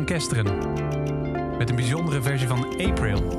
van Kesteren. Met een bijzondere versie van April.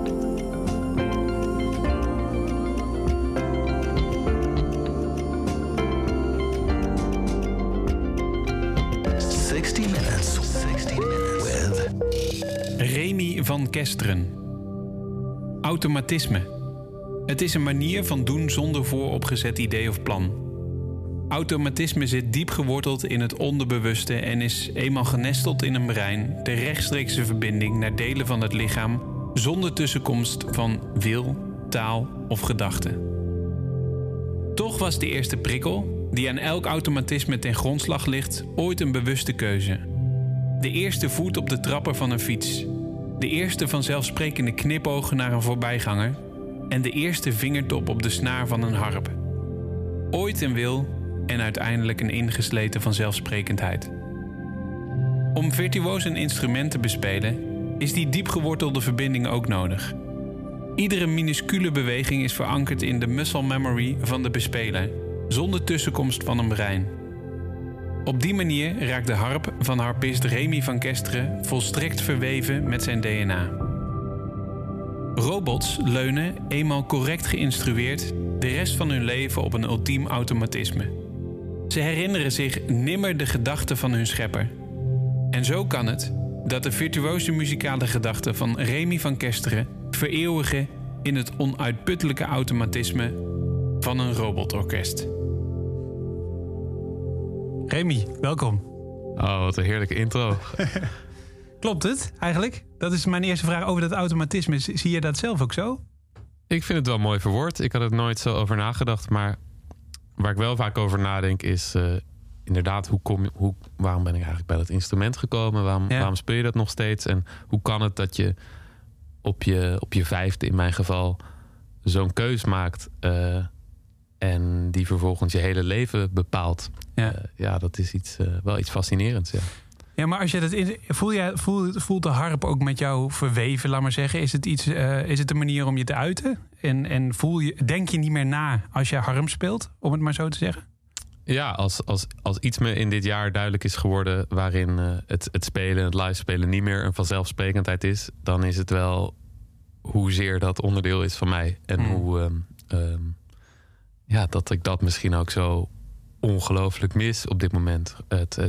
With Remy van Kesteren. Automatisme. Het is een manier van doen zonder vooropgezet idee of plan. Automatisme zit diep geworteld in het onderbewuste en is eenmaal genesteld in een brein de rechtstreekse verbinding naar delen van het lichaam zonder tussenkomst van wil, taal of gedachte. Toch was de eerste prikkel, die aan elk automatisme ten grondslag ligt, ooit een bewuste keuze. De eerste voet op de trapper van een fiets. De eerste vanzelfsprekende knipogen naar een voorbijganger. En de eerste vingertop op de snaar van een harp. Ooit een wil en uiteindelijk een ingesleten vanzelfsprekendheid. Om virtuoos een instrument te bespelen is die diepgewortelde verbinding ook nodig. Iedere minuscule beweging is verankerd in de muscle memory van de bespeler, zonder tussenkomst van een brein. Op die manier raakt de harp van harpist Remy van Kesteren volstrekt verweven met zijn DNA. Robots leunen, eenmaal correct geïnstrueerd, de rest van hun leven op een ultiem automatisme. Ze herinneren zich nimmer de gedachten van hun schepper. En zo kan het dat de virtuose muzikale gedachten van Remy van Kesteren vereeuwigen in het onuitputtelijke automatisme van een robotorkest. Remy, welkom. Oh, wat een heerlijke intro. Klopt het eigenlijk? Dat is mijn eerste vraag over dat automatisme. Zie je dat zelf ook zo? Ik vind het wel mooi verwoord. Ik had het nooit zo over nagedacht. Maar waar ik wel vaak over nadenk is inderdaad, waarom ben ik eigenlijk bij dat instrument gekomen? Waarom speel je dat nog steeds? En hoe kan het dat je op je vijfde in mijn geval zo'n keus maakt en die vervolgens je hele leven bepaalt? Ja, dat is wel iets fascinerends, ja. Ja, maar als je dat voelt de harp ook met jou verweven, laat maar zeggen? Is het een manier om je te uiten? En denk je niet meer na als je harp speelt, om het maar zo te zeggen? Ja, als iets me in dit jaar duidelijk is geworden waarin het spelen, het live spelen niet meer een vanzelfsprekendheid is, dan is het wel hoezeer dat onderdeel is van mij. En hoe dat ik dat misschien ook zo ongelooflijk mis op dit moment.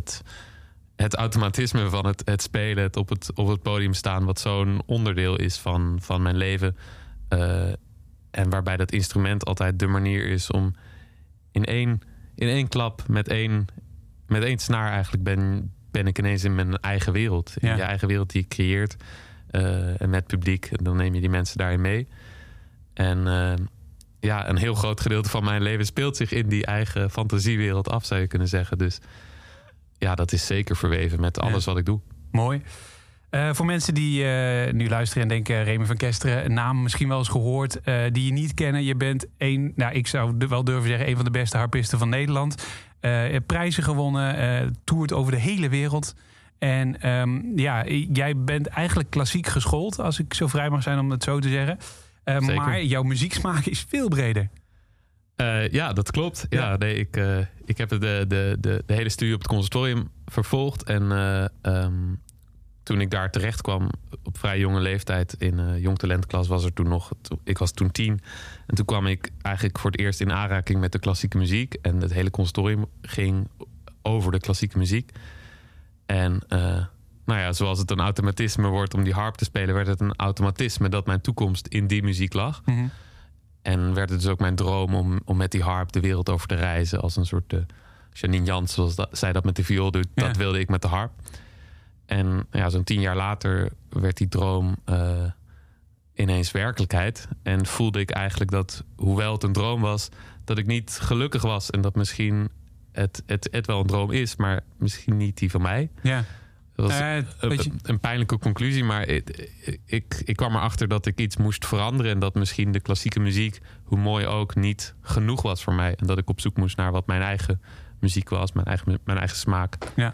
Het automatisme van het spelen, het op het podium staan, wat zo'n onderdeel is van mijn leven. En waarbij dat instrument altijd de manier is om in één klap, met één snaar eigenlijk ben ik ineens in mijn eigen wereld. In je eigen wereld die je creëert. En met publiek. En dan neem je die mensen daarin mee. En een heel groot gedeelte van mijn leven speelt zich in die eigen fantasiewereld af, zou je kunnen zeggen. Dus ja, dat is zeker verweven met alles wat ik doe. Mooi. Voor mensen die nu luisteren en denken, Remy van Kesteren, een naam misschien wel eens gehoord, die je niet kennen. Je bent ik zou wel durven zeggen, een van de beste harpisten van Nederland. Prijzen gewonnen, toert over de hele wereld. En jij bent eigenlijk klassiek geschoold, als ik zo vrij mag zijn om het zo te zeggen. Maar jouw muzieksmaak is veel breder. Ja, dat klopt. Ja, nee, ik heb de hele studie op het conservatorium vervolgd. En toen ik daar terecht kwam op vrij jonge leeftijd in jong talentklas was er toen nog. Ik was toen 10. En toen kwam ik eigenlijk voor het eerst in aanraking met de klassieke muziek. En het hele conservatorium ging over de klassieke muziek. En zoals het een automatisme wordt om die harp te spelen, werd het een automatisme dat mijn toekomst in die muziek lag. Mm-hmm. En werd het dus ook mijn droom om met die harp de wereld over te reizen. Als een soort Janine Jans, zoals zij dat met de viool doet. Ja. Dat wilde ik met de harp. En zo'n 10 jaar later werd die droom ineens werkelijkheid. En voelde ik eigenlijk dat, hoewel het een droom was, dat ik niet gelukkig was. En dat misschien het wel een droom is, maar misschien niet die van mij. Ja. Dat was een pijnlijke conclusie, maar ik kwam erachter dat ik iets moest veranderen. En dat misschien de klassieke muziek, hoe mooi ook, niet genoeg was voor mij. En dat ik op zoek moest naar wat mijn eigen muziek was, mijn eigen smaak. Ja.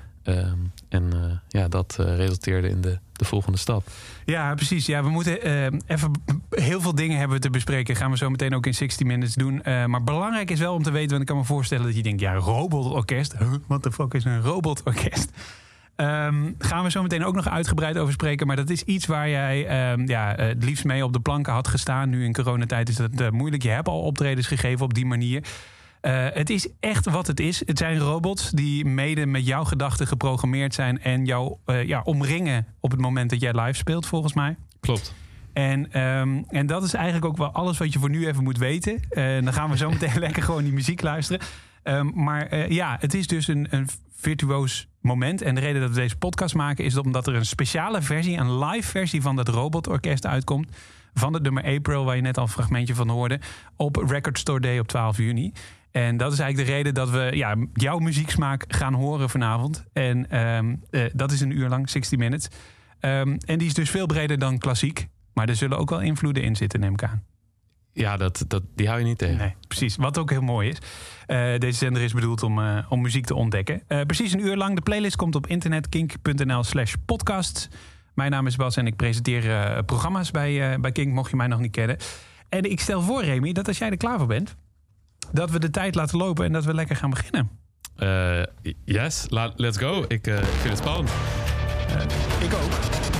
Dat resulteerde in de volgende stap. Ja, precies. Ja, we moeten even heel veel dingen hebben te bespreken. Gaan we zo meteen ook in 60 Minutes doen. Maar belangrijk is wel om te weten, want ik kan me voorstellen dat je denkt, ja, robotorkest. What the fuck is een robotorkest? Gaan we zo meteen ook nog uitgebreid over spreken. Maar dat is iets waar jij het liefst mee op de planken had gestaan. Nu in coronatijd is dat moeilijk. Je hebt al optredens gegeven op die manier. Het is echt wat het is. Het zijn robots die mede met jouw gedachten geprogrammeerd zijn... en jou omringen op het moment dat jij live speelt, volgens mij. Klopt. En dat is eigenlijk ook wel alles wat je voor nu even moet weten. Dan gaan we zo meteen lekker gewoon die muziek luisteren. Het is dus een virtuoos moment. En de reden dat we deze podcast maken is omdat er een speciale versie, een live versie van dat robotorkest uitkomt. Van het nummer April, waar je net al een fragmentje van hoorde. Op Record Store Day op 12 juni. En dat is eigenlijk de reden dat we jouw muzieksmaak gaan horen vanavond. En dat is een uur lang, 60 minutes. En die is dus veel breder dan klassiek. Maar er zullen ook wel invloeden in zitten, neem ik aan. Ja, die hou je niet tegen. Nee, precies. Wat ook heel mooi is. Deze zender is bedoeld om muziek te ontdekken. Precies een uur lang. De playlist komt op internet, kink.nl/podcast. Mijn naam is Bas en ik presenteer programma's bij Kink, mocht je mij nog niet kennen. En ik stel voor, Remy, dat als jij er klaar voor bent, dat we de tijd laten lopen en dat we lekker gaan beginnen. Yes, let's go. Ik vind het spannend. Ik ook.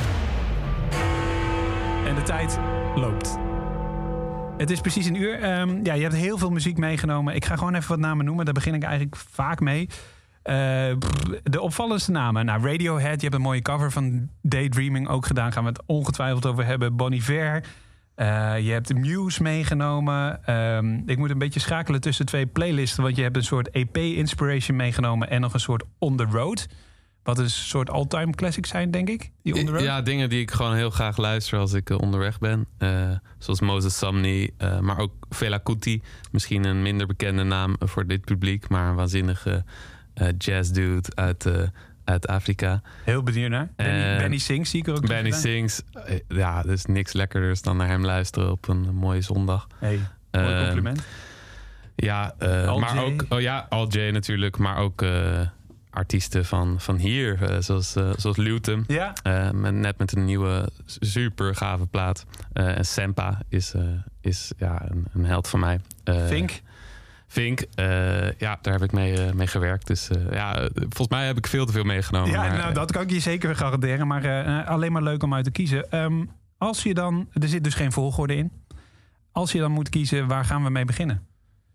En de tijd loopt. Het is precies een uur. Je hebt heel veel muziek meegenomen. Ik ga gewoon even wat namen noemen. Daar begin ik eigenlijk vaak mee. De opvallendste namen. Nou, Radiohead. Je hebt een mooie cover van Daydreaming ook gedaan. Gaan we het ongetwijfeld over hebben. Bon Iver. Je hebt Muse meegenomen. Ik moet een beetje schakelen tussen twee playlisten. Want je hebt een soort EP-inspiration meegenomen. En nog een soort On The Road. Wat een soort all-time classics zijn, denk ik. Die On The Road. Ja, dingen die ik gewoon heel graag luister als ik onderweg ben. Zoals Moses Sumney. Maar ook Fela Kuti. Misschien een minder bekende naam voor dit publiek. Maar een waanzinnige jazzdude uit Afrika. Heel benieuwd naar. Benny Sings zie ik er ook. Benny Sings. Ja, er is niks lekkerders dan naar hem luisteren op een mooie zondag. Hey, mooi compliment. Ja, maar ook... Oh ja, Al J natuurlijk. Maar ook artiesten van hier. Zoals Lutem. Ja. Net met een nieuwe super gave plaat. En Sampa is een held van mij. Fink, daar heb ik mee gewerkt. Dus volgens mij heb ik veel te veel meegenomen. Ja, maar, dat kan ik je zeker garanderen. Maar alleen maar leuk om uit te kiezen. Als je dan, er zit dus geen volgorde in. Als je dan moet kiezen, waar gaan we mee beginnen?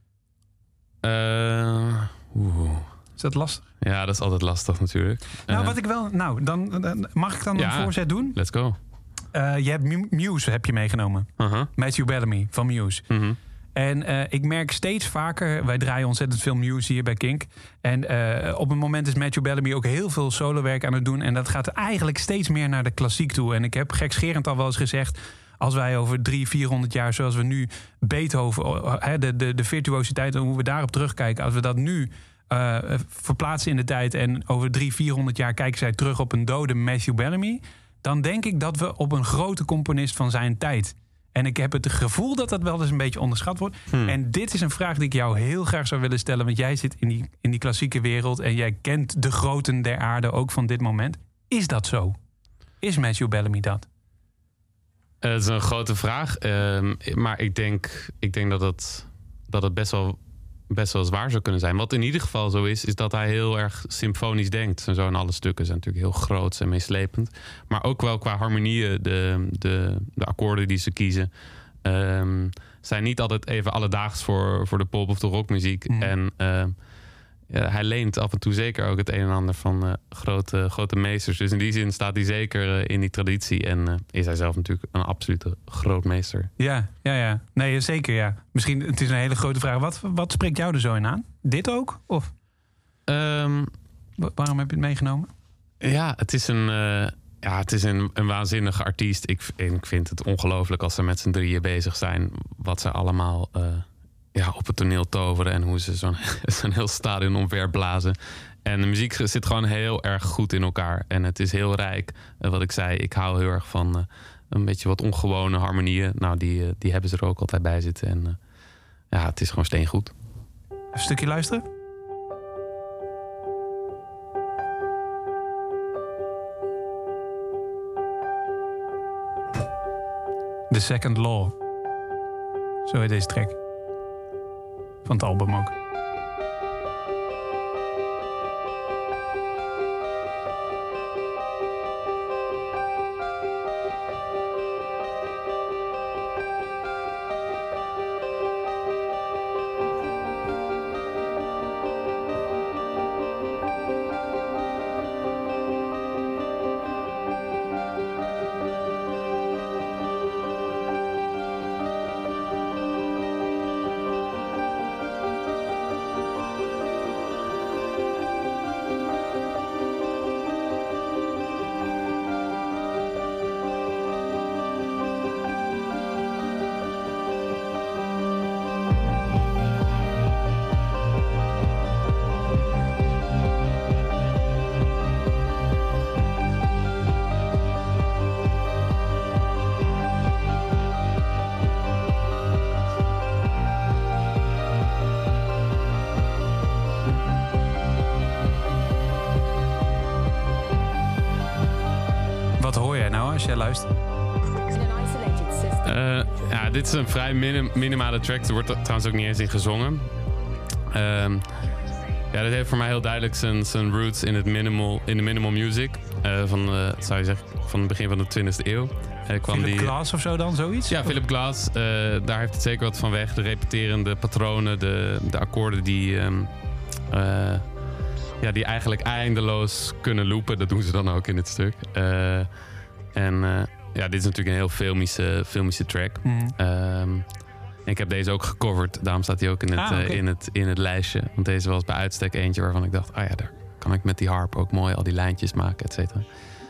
Is dat lastig? Ja, dat is altijd lastig natuurlijk. Dan mag ik dan een voorzet doen? Let's go. Je hebt Muse heb je meegenomen. Matthew Bellamy van Muse. Mm-hmm. En ik merk steeds vaker, wij draaien ontzettend veel Muse hier bij Kink. En op een moment is Matthew Bellamy ook heel veel solowerk aan het doen. En dat gaat eigenlijk steeds meer naar de klassiek toe. En ik heb gekscherend al wel eens gezegd, als wij over 300-400 jaar, zoals we nu Beethoven, de virtuositeit en hoe we daarop terugkijken, als we dat nu verplaatsen in de tijd en over 300-400 jaar kijken zij terug op een dode Matthew Bellamy, dan denk ik dat we op een grote componist van zijn tijd. En ik heb het gevoel dat dat wel eens een beetje onderschat wordt. En dit is een vraag die ik jou heel graag zou willen stellen, want jij zit in die klassieke wereld en jij kent de groten der aarde ook van dit moment. Is dat zo? Is Matthew Bellamy dat? Het is een grote vraag. Maar ik denk dat het best wel zwaar zou kunnen zijn. Wat in ieder geval zo is dat hij heel erg symfonisch denkt. En zo in alle stukken zijn natuurlijk heel groot en meeslepend. Maar ook wel qua harmonieën, de akkoorden die ze kiezen, zijn niet altijd even alledaags voor de pop of de rockmuziek. En hij leent af en toe zeker ook het een en ander van grote meesters. Dus in die zin staat hij zeker in die traditie. En is hij zelf natuurlijk een absolute grootmeester. Ja. Nee, zeker ja. Misschien, het is een hele grote vraag. Wat spreekt jou er zo in aan? Dit ook? Of? Waarom heb je het meegenomen? Ja, het is een waanzinnige artiest. Ik vind het ongelooflijk als ze met z'n drieën bezig zijn. Wat ze allemaal op het toneel toveren en hoe ze zo'n heel stadion omverblazen. En de muziek zit gewoon heel erg goed in elkaar. En het is heel rijk. Wat ik zei, ik hou heel erg van een beetje wat ongewone harmonieën. Nou, die hebben ze er ook altijd bij zitten. En het is gewoon steengoed. Even een stukje luisteren. The Second Law. Zo heet deze track. Van het album ook. als jij luistert? Ja, dit is een vrij minimale track. Er wordt trouwens ook niet eens in gezongen. Ja, dit heeft voor mij heel duidelijk zijn roots in de minimal music. Zou je zeggen, van het begin van de 20e eeuw. Philip Glass of zo dan, zoiets? Ja, Philip Glass. Daar heeft het zeker wat van weg. De repeterende patronen, de akkoorden die eigenlijk eindeloos kunnen loopen. Dat doen ze dan ook in dit stuk. Dit is natuurlijk een heel filmische track. Ik heb deze ook gecoverd. Daarom staat hij ook in het lijstje. Want deze was bij uitstek eentje waarvan ik dacht... daar kan ik met die harp ook mooi al die lijntjes maken, et cetera.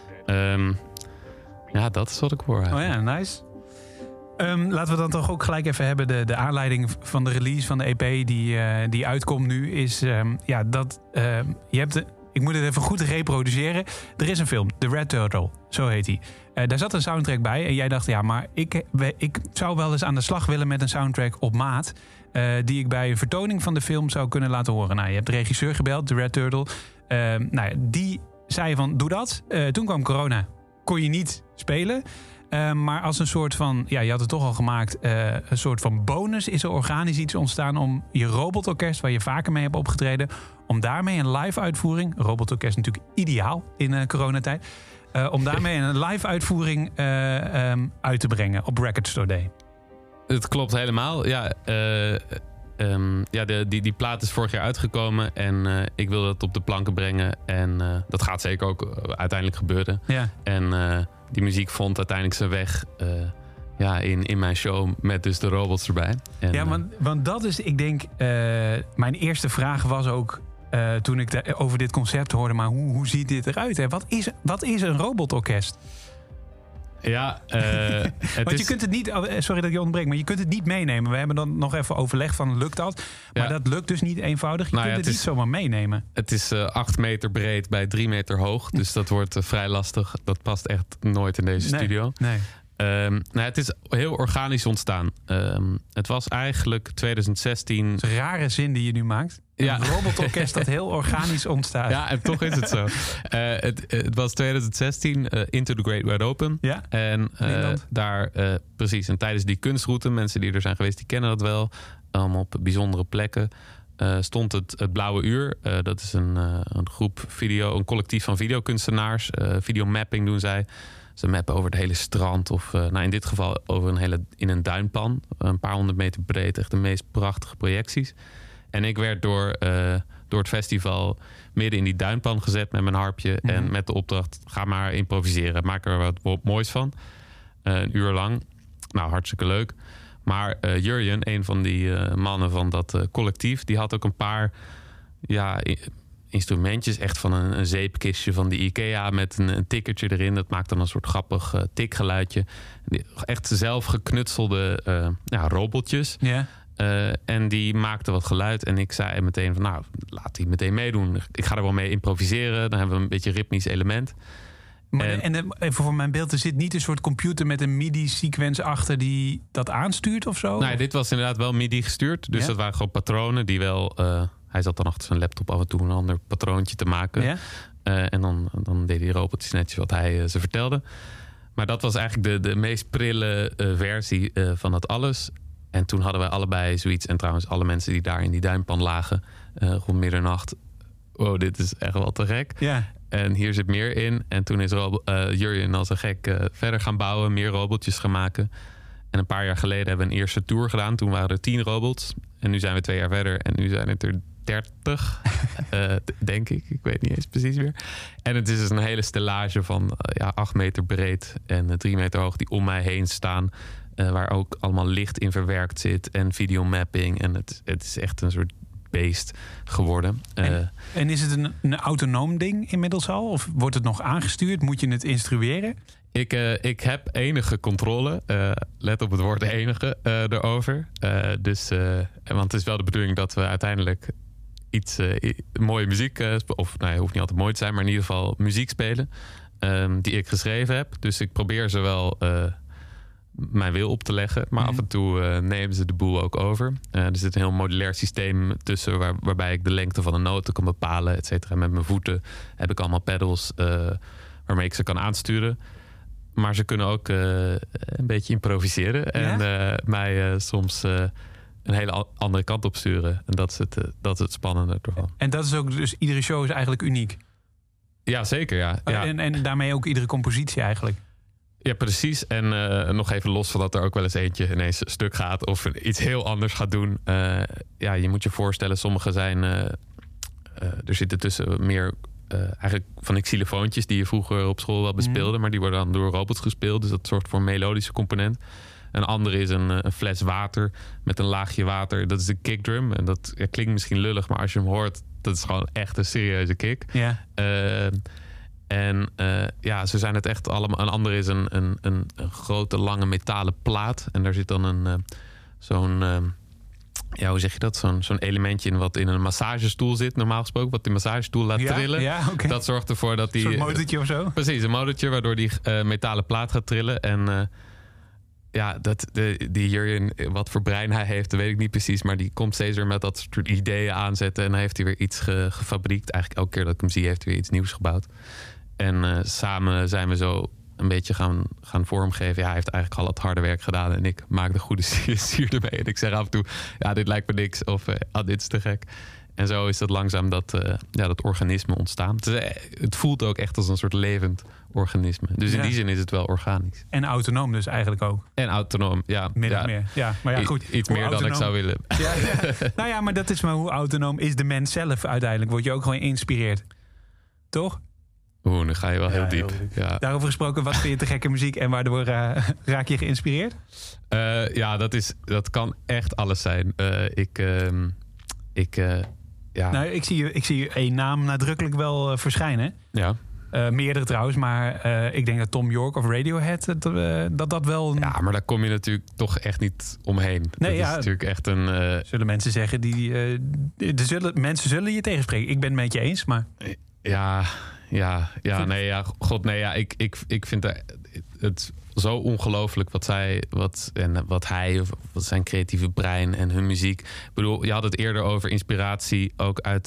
Dat is wat ik hoor. Oh ja, nice. Laten we dan toch ook gelijk even hebben... de aanleiding van de release van de EP die uitkomt nu... is je hebt... Ik moet het even goed reproduceren. Er is een film, The Red Turtle, zo heet hij. Daar zat een soundtrack bij en jij dacht... ja, maar ik zou wel eens aan de slag willen met een soundtrack op maat... die ik bij een vertoning van de film zou kunnen laten horen. Nou, je hebt de regisseur gebeld, The Red Turtle. Die zei van, doe dat. Toen kwam corona. Kon je niet spelen... maar als een soort van, je had het toch al gemaakt... een soort van bonus is er organisch iets ontstaan... om je robotorkest, waar je vaker mee hebt opgetreden... om daarmee een live uitvoering... robotorkest natuurlijk ideaal in coronatijd... om daarmee een live uitvoering uit te brengen op Record Store Day. Het klopt helemaal. Ja, die plaat is vorig jaar uitgekomen... en ik wil dat op de planken brengen. En dat gaat zeker ook uiteindelijk gebeuren. Ja. En... die muziek vond uiteindelijk zijn weg in mijn show met dus de robots erbij. En, want dat is, ik denk, mijn eerste vraag was ook... toen ik over dit concept hoorde, maar hoe ziet dit eruit? Hè? Wat is een robotorkest? Ja, want je kunt het niet... Sorry dat ik je onderbreek, maar je kunt het niet meenemen. We hebben dan nog even overleg van, lukt dat? Maar dat lukt dus niet eenvoudig. Je kunt het niet zomaar meenemen. Het is 8 meter breed bij 3 meter hoog. Dus dat wordt vrij lastig. Dat past echt nooit in deze studio. Nee. Het is heel organisch ontstaan. Het was eigenlijk 2016... Dat is een rare zin die je nu maakt. Een robotorkest dat heel organisch ontstaat. Ja, en toch is het zo. Het was 2016, Into the Great Wide Open. Ja, en daar, precies. En tijdens die kunstroute, mensen die er zijn geweest, die kennen dat wel. Op bijzondere plekken. Stond het Blauwe Uur. Dat is een groep een collectief van videokunstenaars. Videomapping doen zij. Ze mappen over het hele strand. Of in dit geval in een duinpan. Een paar 100 meter breed. Echt de meest prachtige projecties. En ik werd door het festival midden in die duinpan gezet met mijn harpje. Mm-hmm. En met de opdracht, ga maar improviseren. Maak er wat moois van. Een uur lang. Nou, hartstikke leuk. Maar Jurjen, een van die mannen van dat collectief... die had ook een paar instrumentjes. Echt van een zeepkistje van de IKEA met een tikkertje erin. Dat maakt dan een soort grappig tikgeluidje. Echt zelf geknutselde robotjes. Ja. En die maakte wat geluid. En ik zei meteen van, laat die meteen meedoen. Ik ga er wel mee improviseren. Dan hebben we een beetje ritmisch element. Maar even voor mijn beeld, er zit niet een soort computer met een MIDI-sequence achter die dat aanstuurt of zo? Nee, dit was inderdaad wel MIDI gestuurd. Dus dat waren gewoon patronen die wel... hij zat dan achter zijn laptop af en toe een ander patroontje te maken. Ja? En dan deed die robotjes netjes wat hij ze vertelde. Maar dat was eigenlijk de meest prille versie van dat alles. En toen hadden wij allebei zoiets. En trouwens, alle mensen die daar in die duinpan lagen rond middernacht. Wow, dit is echt wel te gek. Ja. En hier zit meer in. En toen is Jurjen als een gek verder gaan bouwen. Meer robotjes gaan maken. En een paar jaar geleden hebben we een eerste tour gedaan. Toen waren er 10 robots. En nu zijn we 2 jaar verder. En nu zijn het er 30. Denk ik. Ik weet niet eens precies meer. En het is dus een hele stellage van 8 meter breed. En 3 meter hoog die om mij heen staan. Waar ook allemaal licht in verwerkt zit. En videomapping. En het is echt een soort beest geworden. En is het een autonoom ding inmiddels al? Of wordt het nog aangestuurd? Moet je het instrueren? Ik heb enige controle. Let op het woord enige erover. Want het is wel de bedoeling dat we uiteindelijk iets mooie muziek... of hoeft niet altijd mooi te zijn, maar in ieder geval muziek spelen. Die ik geschreven heb. Dus ik probeer ze wel... mijn wil op te leggen. Maar af en toe nemen ze de boel ook over. Er zit een heel modulair systeem tussen... waarbij ik de lengte van de noten kan bepalen, et cetera. Met mijn voeten heb ik allemaal pedals... waarmee ik ze kan aansturen. Maar ze kunnen ook een beetje improviseren. Ja? En mij soms een hele andere kant op sturen. En dat is het spannende ervan. En dat is ook, dus iedere show is eigenlijk uniek. Ja, zeker, ja. En daarmee ook iedere compositie eigenlijk. Ja, precies. En nog even los van dat er ook wel eens eentje ineens stuk gaat of iets heel anders gaat doen. Je moet je voorstellen, sommige zijn... er zitten tussen meer eigenlijk van die xylofoontjes die je vroeger op school wel bespeelde, maar die worden dan door robots gespeeld. Dus dat zorgt voor een melodische component. Een andere is een fles water met een laagje water. Dat is de kickdrum. En dat klinkt misschien lullig, maar als je hem hoort, dat is gewoon echt een serieuze kick. Ja. Ze zijn het echt allemaal. Een andere is een grote lange metalen plaat. En daar zit dan hoe zeg je dat? Zo'n elementje in wat in een massagestoel zit, normaal gesproken. Wat die massagestoel laat trillen. Ja, okay. Dat zorgt ervoor dat die... Een soort motortje of zo? Precies, een motortje waardoor die metalen plaat gaat trillen. En die Jurjen, wat voor brein hij heeft, dat weet ik niet precies. Maar die komt steeds weer met dat soort ideeën aanzetten. En dan heeft hij weer iets gefabriekt. Eigenlijk elke keer dat ik hem zie, heeft hij weer iets nieuws gebouwd. En samen zijn we zo een beetje gaan vormgeven. Ja, hij heeft eigenlijk al het harde werk gedaan. En ik maak de goede sier erbij. En ik zeg af en toe, ja, dit lijkt me niks. Of dit is te gek. En zo is dat langzaam dat organisme ontstaan. Het voelt ook echt als een soort levend organisme. Dus in die zin is het wel organisch. En autonoom dus eigenlijk ook. En autonoom, ja. Min of meer. Ja, maar ja, goed. Iets meer dan ik zou willen. Ja. Nou ja, maar dat is maar hoe autonoom is de mens zelf uiteindelijk. Word je ook gewoon geïnspireerd. Toch? Nu ga je wel heel diep. Ja. Daarover gesproken, wat vind je te gekke muziek en waardoor raak je geïnspireerd? Dat kan echt alles zijn. Nou, ik zie je één naam nadrukkelijk wel verschijnen. Ja. Meerdere trouwens, maar ik denk dat Tom York of Radiohead dat wel... Ja, maar daar kom je natuurlijk toch echt niet omheen. Nee, dat is natuurlijk echt een... Zullen mensen zeggen mensen zullen je tegenspreken. Ik ben het met je eens, maar... Ik vind het zo ongelooflijk wat hij, wat zijn creatieve brein en hun muziek. Ik bedoel, je had het eerder over inspiratie ook uit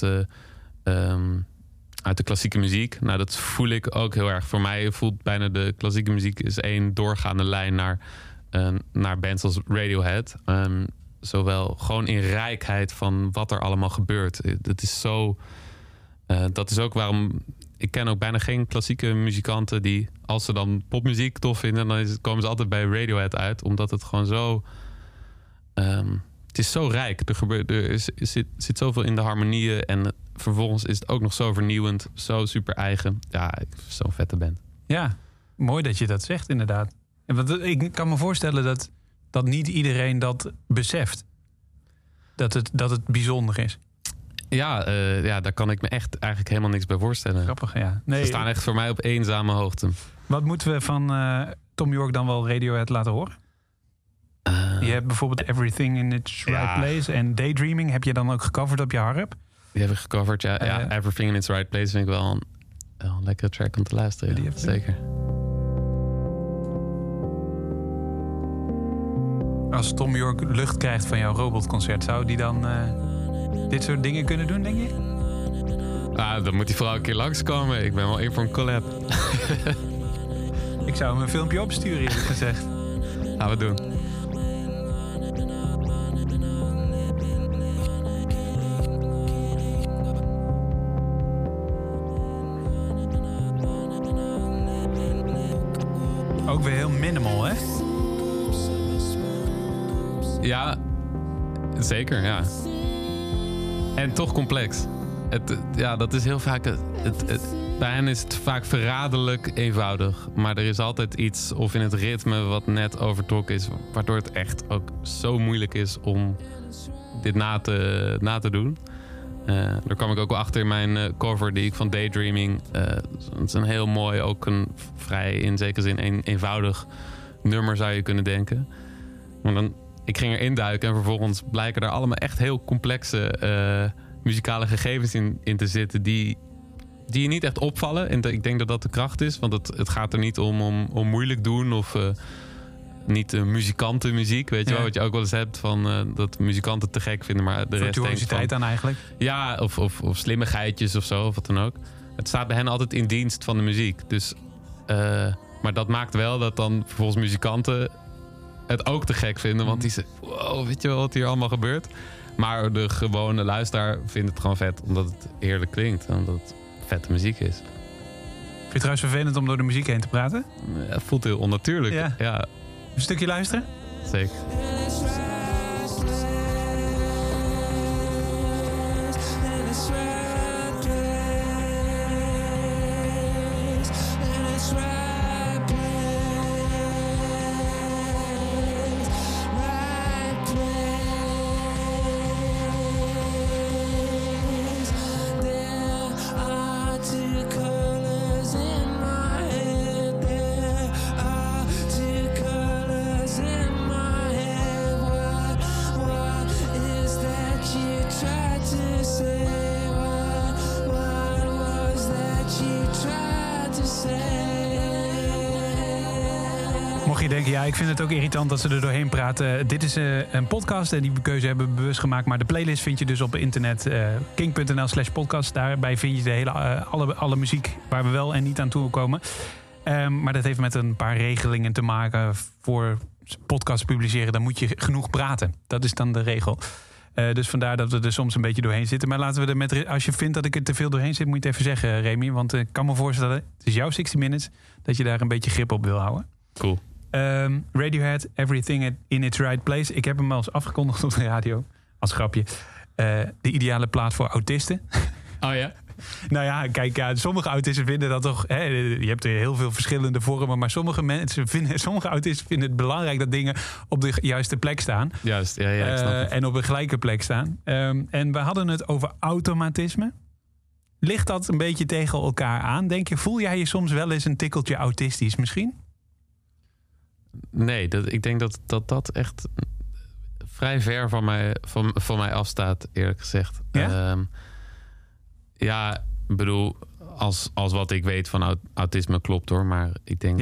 de klassieke muziek. Nou, dat voel ik ook heel erg. Voor mij voelt bijna de klassieke muziek is één doorgaande lijn naar bands als Radiohead. Zowel gewoon in rijkheid van wat er allemaal gebeurt. Dat is ook waarom... Ik ken ook bijna geen klassieke muzikanten die, als ze dan popmuziek tof vinden, dan komen ze altijd bij Radiohead uit. Omdat het gewoon zo... het is zo rijk. Er zit zoveel in de harmonieën. En vervolgens is het ook nog zo vernieuwend. Zo super eigen. Ja, zo'n vette band. Ja, mooi dat je dat zegt inderdaad. Want ik kan me voorstellen dat niet iedereen dat beseft. Dat het bijzonder is. Ja, daar kan ik me echt eigenlijk helemaal niks bij voorstellen. Grappig, ja. Nee, ze staan echt voor mij op eenzame hoogte. Wat moeten we van Tom York dan wel Radiohead laten horen? Je hebt bijvoorbeeld Everything in its Right Place en Daydreaming. Heb je dan ook gecoverd op je harp? Die hebben we gecoverd, ja. Everything in its Right Place vind ik wel een lekkere track om te luisteren. Ja, zeker. Als Tom York lucht krijgt van jouw robotconcert, zou die dan dit soort dingen kunnen doen, denk je? Dan moet hij vooral een keer langskomen. Ik ben wel één voor een collab. Ik zou hem een filmpje opsturen, eerlijk gezegd. Gaan we doen. Ook weer heel minimal, hè? Ja, zeker, ja. En toch complex. Dat is heel vaak... Bij hen is het vaak verraderlijk eenvoudig. Maar er is altijd iets, of in het ritme wat net overtrokken is, waardoor het echt ook zo moeilijk is om dit na te doen. Daar kwam ik ook wel achter in mijn cover die ik van Daydreaming. Het is een heel mooi, ook een vrij in zekere zin eenvoudig nummer zou je kunnen denken. Maar ik ging erin duiken en vervolgens blijken er allemaal echt heel complexe muzikale gegevens in te zitten die je niet echt opvallen. En ik denk dat dat de kracht is, want het gaat er niet om moeilijk doen of niet muzikantenmuziek, weet je wel, wat je ook wel eens hebt van dat muzikanten te gek vinden, maar de rest denkt van, dan eigenlijk? Ja, of slimmigheidjes of zo, of wat dan ook. Het staat bij hen altijd in dienst van de muziek. Dus Maar dat maakt wel dat dan vervolgens muzikanten het ook te gek vinden. Want die zeggen, wow, weet je wel wat hier allemaal gebeurt? Maar de gewone luisteraar vindt het gewoon vet. Omdat het heerlijk klinkt. En omdat het vette muziek is. Vind je het trouwens vervelend om door de muziek heen te praten? Ja, het voelt heel onnatuurlijk. Ja. Een stukje luisteren? Zeker. Mocht je denken, ja, ik vind het ook irritant dat ze er doorheen praten. Dit is een podcast en die keuze hebben we bewust gemaakt. Maar de playlist vind je dus op internet. Kink.nl/podcast. Daarbij vind je de hele, alle muziek waar we wel en niet aan toe komen. Maar dat heeft met een paar regelingen te maken. Voor podcast publiceren, dan moet je genoeg praten. Dat is dan de regel. Dus vandaar dat we er soms een beetje doorheen zitten. Maar laten we er als je vindt dat ik er te veel doorheen zit, moet je het even zeggen, Remy. Want ik kan me voorstellen, het is jouw 60 Minutes, dat je daar een beetje grip op wil houden. Cool. Radiohead, Everything in its Right Place. Ik heb hem al eens afgekondigd op de radio. Als grapje. De ideale plaat voor autisten. Oh ja? Nou ja, kijk, sommige autisten vinden dat toch... je hebt er heel veel verschillende vormen... maar sommige autisten vinden het belangrijk... dat dingen op de juiste plek staan. Juist, ja, ik snap het. En op een gelijke plek staan. En we hadden het over automatisme. Ligt dat een beetje tegen elkaar aan? Denk je, voel jij je soms wel eens een tikkeltje autistisch misschien? Nee, ik denk dat echt vrij ver van mij afstaat, eerlijk gezegd. Ja? Ja, ik bedoel, als wat ik weet van autisme klopt hoor. Maar ik denk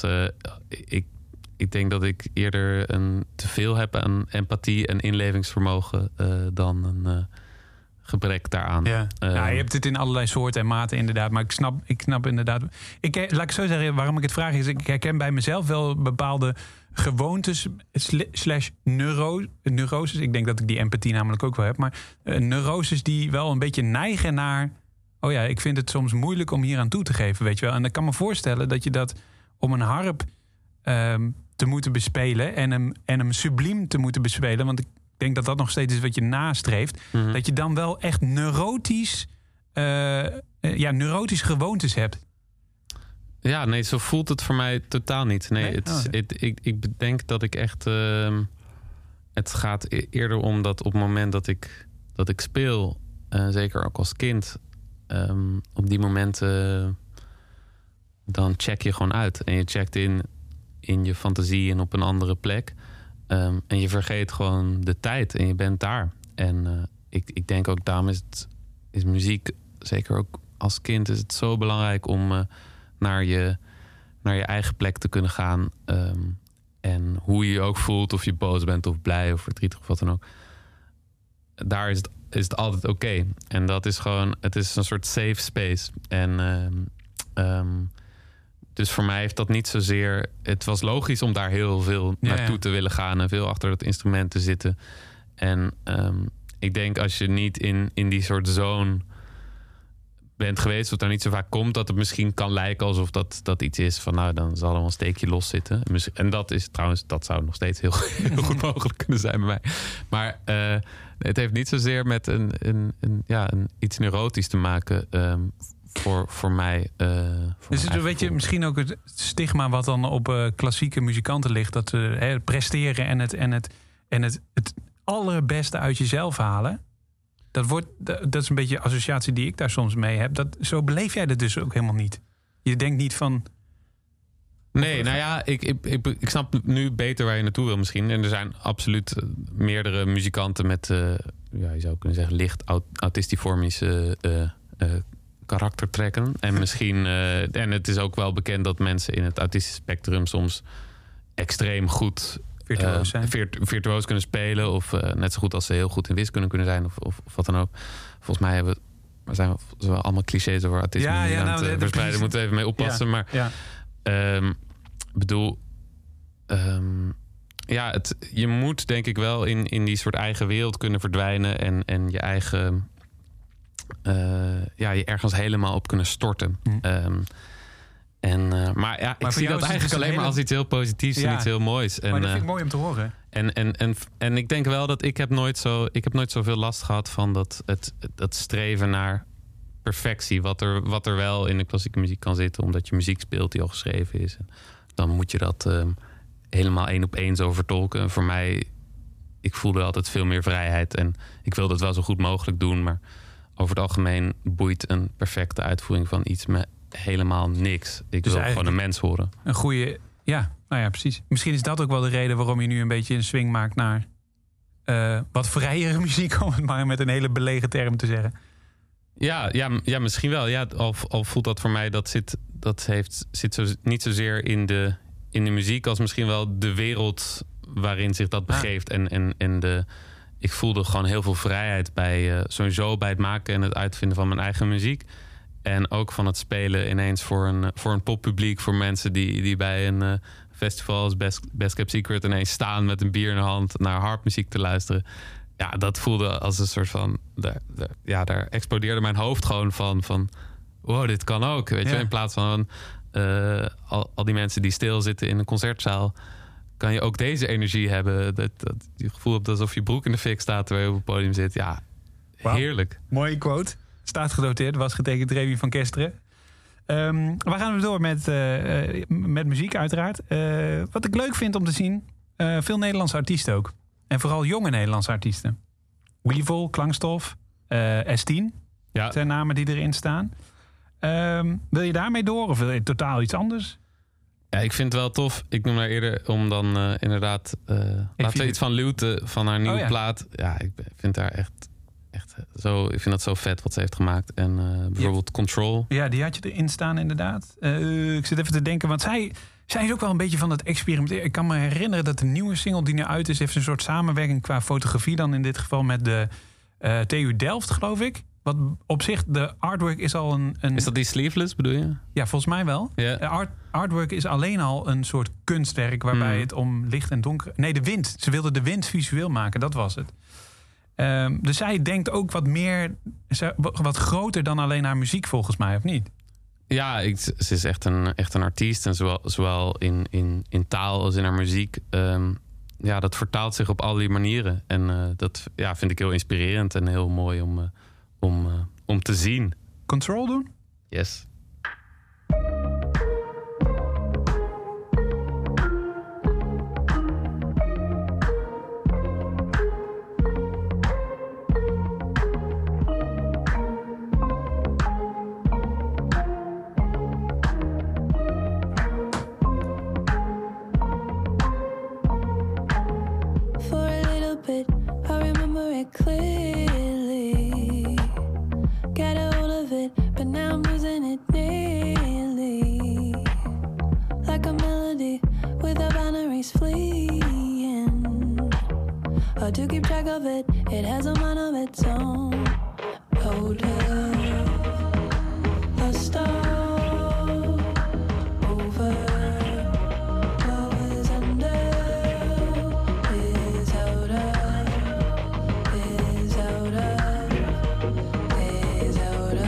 ik denk dat ik eerder een teveel heb aan empathie en inlevingsvermogen dan een gebrek daaraan. Ja. Je hebt het in allerlei soorten en maten inderdaad. Maar ik snap inderdaad... Laat ik zo zeggen, waarom ik het vraag is... ik herken bij mezelf wel bepaalde gewoontes / neuroses. Ik denk dat ik die empathie namelijk ook wel heb. Maar neuroses die wel een beetje neigen naar... oh ja, ik vind het soms moeilijk om hier aan toe te geven, weet je wel. En ik kan me voorstellen dat je dat om een harp te moeten bespelen... en hem subliem te moeten bespelen... want ik denk dat dat nog steeds is wat je nastreeft... Mm-hmm. dat je dan wel echt neurotische gewoontes hebt. Ja, nee, zo voelt het voor mij totaal niet. Nee, ik bedenk dat ik echt... het gaat eerder om dat op het moment dat ik speel... zeker ook als kind... op die momenten... dan check je gewoon uit. En je checkt in je fantasie en op een andere plek... en je vergeet gewoon de tijd en je bent daar. En ik denk ook, daarom is muziek, zeker ook als kind... is het zo belangrijk om naar je eigen plek te kunnen gaan. En hoe je je ook voelt, of je boos bent of blij of verdrietig of wat dan ook. Daar is het altijd oké. En dat is gewoon, het is een soort safe space. En... dus voor mij heeft dat niet zozeer... Het was logisch om daar heel veel naartoe te willen gaan... en veel achter het instrument te zitten. En ik denk als je niet in die soort zone bent geweest... of daar niet zo vaak komt... dat het misschien kan lijken alsof dat iets is van... nou, dan zal er wel een steekje los zitten. En dat is trouwens... dat zou nog steeds heel goed mogelijk kunnen zijn bij mij. Maar het heeft niet zozeer met iets neurotisch te maken... Voor mij. Dus het weet je misschien ook het stigma wat dan op klassieke muzikanten ligt. Dat het presteren en het allerbeste uit jezelf halen. Dat is een beetje de associatie die ik daar soms mee heb. Zo beleef jij dat dus ook helemaal niet. Je denkt niet van... Nee, nou ja, ik snap nu beter waar je naartoe wil misschien. En er zijn absoluut meerdere muzikanten met... je zou kunnen zeggen licht autistiformische... karaktertrekken. En misschien... en het is ook wel bekend dat mensen in het autistische spectrum soms extreem goed virtuoos kunnen spelen. Of net zo goed als ze heel goed in wiskunde kunnen zijn. Of wat dan ook. Volgens mij zijn we allemaal clichés over autisme. Ja, verspreiden. Moeten we even mee oppassen. Ja, maar bedoel... je moet denk ik wel in die soort eigen wereld kunnen verdwijnen... en je eigen... je ergens helemaal op kunnen storten. Maar ik zie dat eigenlijk alleen maar als iets heel positiefs en iets heel moois. Maar dat vind ik mooi om te horen. En ik denk wel dat ik heb nooit zoveel last gehad van dat streven naar perfectie. Wat er wel in de klassieke muziek kan zitten, omdat je muziek speelt die al geschreven is. En dan moet je dat helemaal 1 op 1 zo vertolken. En voor mij, ik voelde altijd veel meer vrijheid. En ik wilde het wel zo goed mogelijk doen, maar over het algemeen boeit een perfecte uitvoering van iets me helemaal niks. Ik wil gewoon een mens horen. Een goede... Ja, nou ja, precies. Misschien is dat ook wel de reden waarom je nu een beetje een swing maakt naar wat vrijere muziek, om het maar met een hele belegen term te zeggen. Ja, misschien wel. Ja, al voelt dat voor mij, zit niet zozeer in de muziek als misschien wel de wereld waarin zich dat begeeft. Ik voelde gewoon heel veel vrijheid sowieso bij het maken en het uitvinden van mijn eigen muziek. En ook van het spelen ineens voor een poppubliek, voor mensen die bij een festival als Best Kept Secret ineens staan met een bier in de hand naar harpmuziek te luisteren. Ja, dat voelde als een soort van... Daar explodeerde mijn hoofd gewoon van wow, dit kan ook. Weet je, in plaats van al die mensen die stilzitten in een concertzaal, kan je ook deze energie hebben. Je gevoel hebt alsof je broek in de fik staat terwijl je op het podium zit. Ja, heerlijk. Mooie quote. Staat genoteerd, was getekend Remy van Kesteren. We gaan door met muziek uiteraard. Wat ik leuk vind om te zien, veel Nederlandse artiesten ook. En vooral jonge Nederlandse artiesten. Weevil, Klankstof, S10. Ja. Zijn namen die erin staan. Wil je daarmee door of wil je totaal iets anders? Ja, ik vind het wel tof. Ik noem daar eerder om dan inderdaad... laten we iets van Luwte, van haar nieuwe plaat. Ja, ik vind daar echt zo... Ik vind dat zo vet wat ze heeft gemaakt. En bijvoorbeeld Control. Ja, die had je erin staan inderdaad. Ik zit even te denken, want zij is ook wel een beetje van het experimenteren. Ik kan me herinneren dat de nieuwe single die nu uit is, heeft een soort samenwerking qua fotografie dan in dit geval met de TU Delft, geloof ik. Wat op zich, de artwork is al een... Is dat die Sleeveless, bedoel je? Ja, volgens mij wel. Yeah. Artwork is alleen al een soort kunstwerk waarbij het om licht en donker... Nee, de wind. Ze wilde de wind visueel maken, dat was het. Dus zij denkt ook wat groter dan alleen haar muziek, volgens mij, of niet? Ja, ze is echt een artiest. En zowel in taal als in haar muziek. Dat vertaalt zich op al die manieren. En dat vind ik heel inspirerend en heel mooi om te zien. Control doen? Yes. To keep track of it, it has a mind of its own. Hold up, a star over what was under is out of, is out of, is out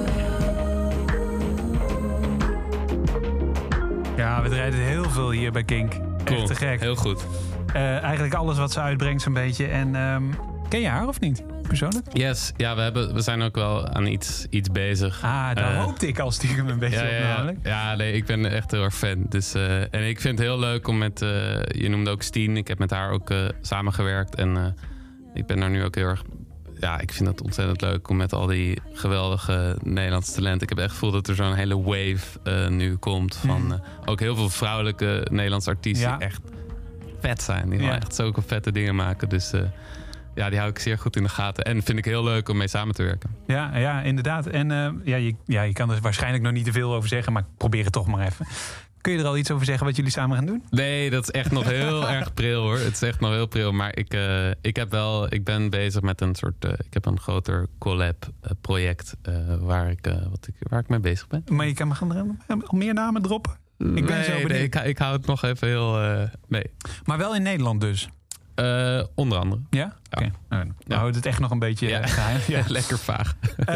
of. Ja, we draaien heel veel hier bij Kink. Cool. Echt te gek. Heel goed. Eigenlijk alles wat ze uitbrengt zo'n beetje. En ken je haar of niet? Persoonlijk? Yes, ja, we zijn ook wel aan iets bezig. Daar hoopte ik al stiekem een beetje op namelijk. Ja, nee, ik ben echt heel erg fan. Dus, en ik vind het heel leuk om met... je noemde ook Stien. Ik heb met haar ook samengewerkt. En ik ben daar nu ook heel erg... Ja, ik vind het ontzettend leuk om met al die geweldige Nederlandse talenten... Ik heb echt het gevoel dat er zo'n hele wave nu komt. Van ook heel veel vrouwelijke Nederlandse artiesten die echt vet zijn. Die gewoon echt zulke vette dingen maken. Dus die hou ik zeer goed in de gaten. En vind ik heel leuk om mee samen te werken. Ja, inderdaad. En je kan er waarschijnlijk nog niet te veel over zeggen... maar ik probeer het toch maar even. Kun je er al iets over zeggen wat jullie samen gaan doen? Nee, dat is echt nog heel erg pril hoor. Het is echt nog heel pril. Maar ik ben bezig met een soort... ik heb een groter collab project waar ik mee bezig ben. Maar je kan al meer namen droppen? Ik ben zo benieuwd. Ik hou het nog even heel... nee. Maar wel in Nederland dus? Onder andere. Ja? Oké. Nou, we houden het echt nog een beetje geheim. Ja. Lekker vaag.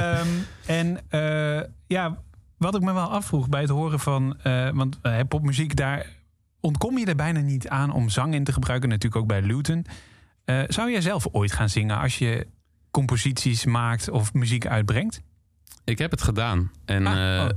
Wat ik me wel afvroeg bij het horen van... want popmuziek, daar ontkom je er bijna niet aan om zang in te gebruiken. Natuurlijk ook bij Luton. Zou jij zelf ooit gaan zingen als je composities maakt of muziek uitbrengt? Ik heb het gedaan. En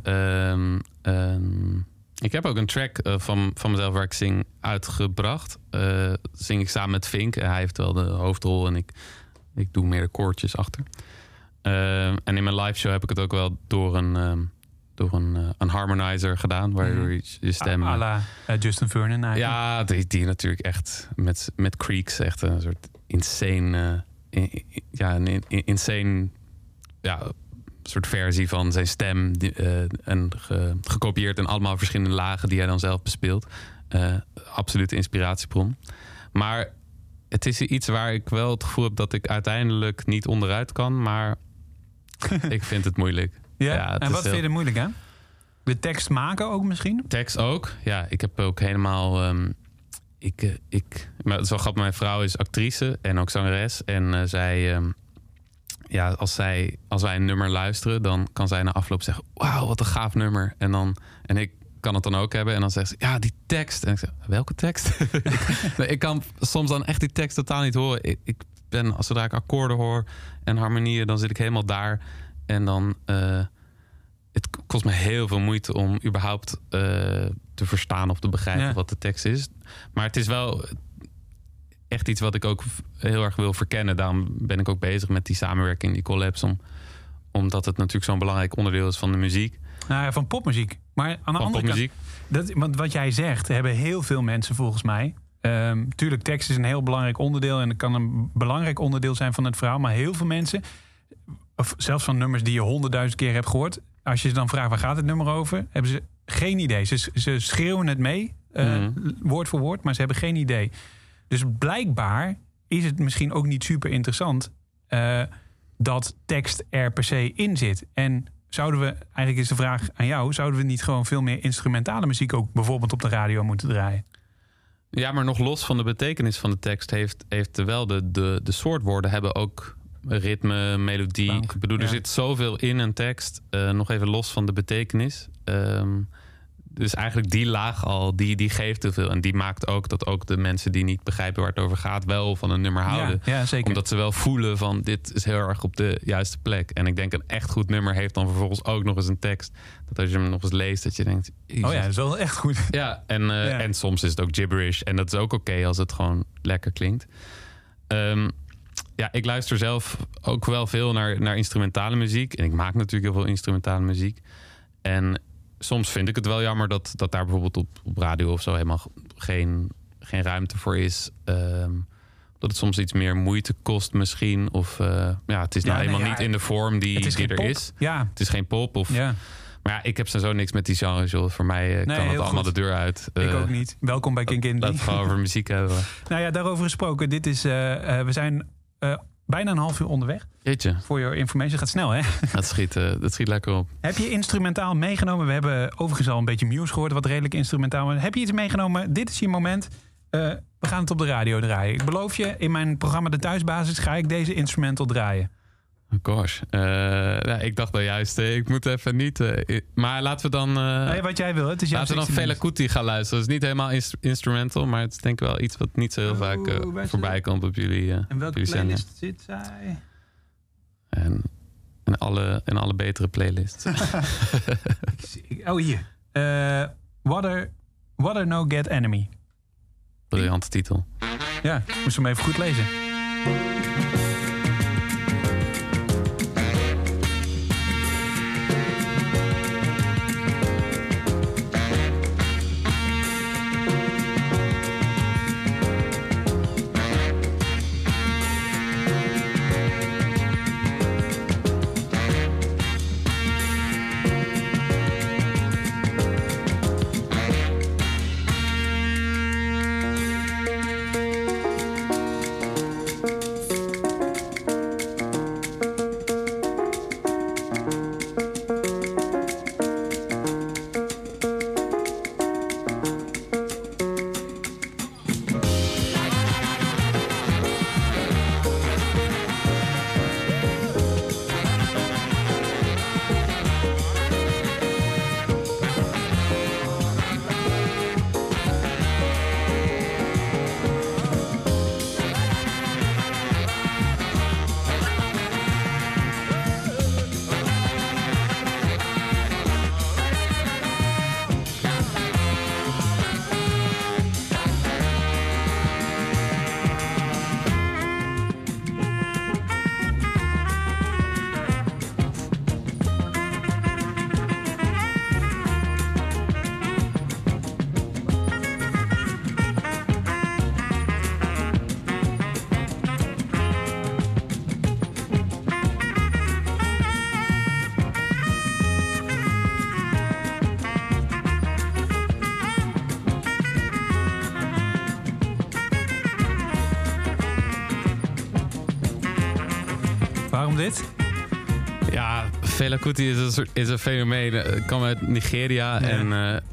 ik heb ook een track van mezelf waar ik zing uitgebracht. Zing ik samen met Vink. Hij heeft wel de hoofdrol en ik doe meer de koortjes achter. En in mijn live show heb ik het ook wel door een harmonizer gedaan. Waardoor je stem... à la Justin Vernon eigenlijk. Ja, die natuurlijk echt met Creaks echt een soort insane... insane soort versie van zijn stem. En gekopieerd in allemaal verschillende lagen die hij dan zelf bespeelt. Absolute inspiratiebron. Maar het is iets waar ik wel het gevoel heb dat ik uiteindelijk niet onderuit kan. Maar ik vind het moeilijk. Ja? En wat vind je er moeilijk aan? De tekst maken ook misschien? Tekst ook. Ja, ik heb ook helemaal... maar het is wel grappig, mijn vrouw is actrice en ook zangeres. En zij... als wij een nummer luisteren, dan kan zij na afloop zeggen... Wauw, wat een gaaf nummer. En ik kan het dan ook hebben. En dan zegt ze, ja, die tekst. En ik zeg, welke tekst? Ik kan soms dan echt die tekst totaal niet horen. Ik ben, zodra ik akkoorden hoor en harmonieën, dan zit ik helemaal daar. En dan... het kost me heel veel moeite om überhaupt te verstaan of te begrijpen wat de tekst is. Maar het is wel... echt iets wat ik ook heel erg wil verkennen. Daarom ben ik ook bezig met die samenwerking, die collabs. Omdat het natuurlijk zo'n belangrijk onderdeel is van de muziek. Nou ja, van popmuziek. Maar aan de andere kant... Want wat jij zegt, hebben heel veel mensen volgens mij. Tuurlijk, tekst is een heel belangrijk onderdeel. En het kan een belangrijk onderdeel zijn van het verhaal. Maar heel veel mensen, of zelfs van nummers die je 100.000 keer hebt gehoord. Als je ze dan vraagt, waar gaat het nummer over? Hebben ze geen idee. Ze schreeuwen het mee, woord voor woord. Maar ze hebben geen idee. Dus blijkbaar is het misschien ook niet super interessant dat tekst er per se in zit. En zouden we, eigenlijk is de vraag aan jou, zouden we niet gewoon veel meer instrumentale muziek ook bijvoorbeeld op de radio moeten draaien? Ja, maar nog los van de betekenis van de tekst heeft wel de soortwoorden hebben ook ritme, melodie. Ik bedoel, er zit zoveel in een tekst, nog even los van de betekenis. Dus eigenlijk die laag al, die geeft te veel. En die maakt ook dat ook de mensen die niet begrijpen waar het over gaat, wel van een nummer houden. Ja, zeker. Omdat ze wel voelen van dit is heel erg op de juiste plek. En ik denk een echt goed nummer heeft dan vervolgens ook nog eens een tekst. Dat als je hem nog eens leest, dat je denkt... Oh ja, dat is wel echt goed. Ja, en soms is het ook gibberish. En dat is ook oké als het gewoon lekker klinkt. Ik luister zelf ook wel veel naar instrumentale muziek. En ik maak natuurlijk heel veel instrumentale muziek. En soms vind ik het wel jammer dat daar bijvoorbeeld op radio of zo helemaal geen ruimte voor is. Dat het soms iets meer moeite kost misschien. Of het is niet in de vorm die er pop. is. Ja. Het is geen pop. Maar ja, ik heb zo niks met die genres. Joh. Voor mij kan het allemaal de deur uit. Ik ook niet. Welkom bij Kink Indie. Laten we gewoon over muziek hebben. Nou ja, daarover gesproken. Dit is, we zijn bijna een half uur onderweg. Jeetje. Voor your information. Gaat snel, hè? Dat schiet lekker op. Heb je instrumentaal meegenomen? We hebben overigens al een beetje Muse gehoord, wat redelijk instrumentaal. Maar heb je iets meegenomen? Dit is je moment. We gaan het op de radio draaien. Ik beloof je, in mijn programma De Thuisbasis ga ik deze instrumental draaien. Oh gosh. Ik dacht wel juist, ik moet even niet... maar laten we dan... wat jij wil. Het is laten we dan Fela Kuti gaan luisteren. Het is niet helemaal instrumental, maar het is denk ik wel iets wat niet zo heel vaak voorbij komt op jullie en welke jullie playlist zit zij? En alle betere playlists. Hier. Water No Get Enemy. Briljante titel. Ja, moest hem even goed lezen. dit? Ja, Fela Kuti is een fenomeen. Ik kwam uit Nigeria en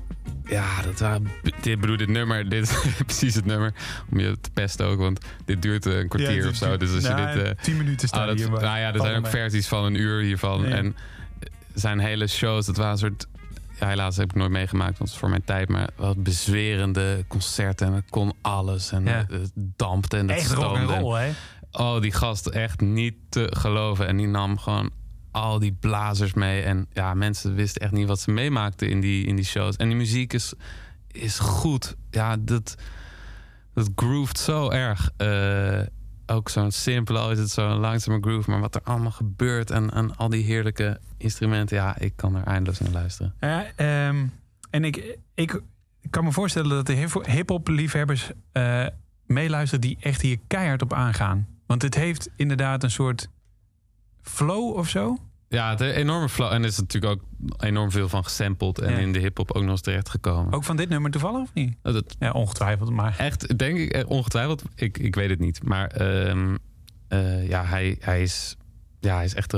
dit nummer, dit is precies het nummer om je te pesten ook, want dit duurt een kwartier of zo. Dus als je dit 10 minuten staat hier. Er zijn ook versies van een uur hiervan. Nee. En zijn hele shows, dat waren een soort... Ja, helaas heb ik nooit meegemaakt, want het is voor mijn tijd. Maar wat bezwerende concerten. En het kon alles. En het dampte en het echt rock en roll, hè? Oh, die gast echt niet te geloven. En die nam gewoon al die blazers mee. En ja, mensen wisten echt niet wat ze meemaakten in die shows. En die muziek is goed. Ja, dat grooved zo erg. Ook zo'n simpele, al is het zo'n langzame groove. Maar wat er allemaal gebeurt en al die heerlijke instrumenten. Ja, ik kan er eindeloos naar luisteren. En ik kan me voorstellen dat de hip-hop liefhebbers meeluisteren die echt hier keihard op aangaan. Want het heeft inderdaad een soort flow of zo. Ja, het enorme flow. En er is natuurlijk ook enorm veel van gesampled. En in de hip-hop ook nog eens terechtgekomen. Ook van dit nummer toevallig of niet? Ja, ongetwijfeld. Maar echt, denk ik, ongetwijfeld. Ik weet het niet. Maar hij is echt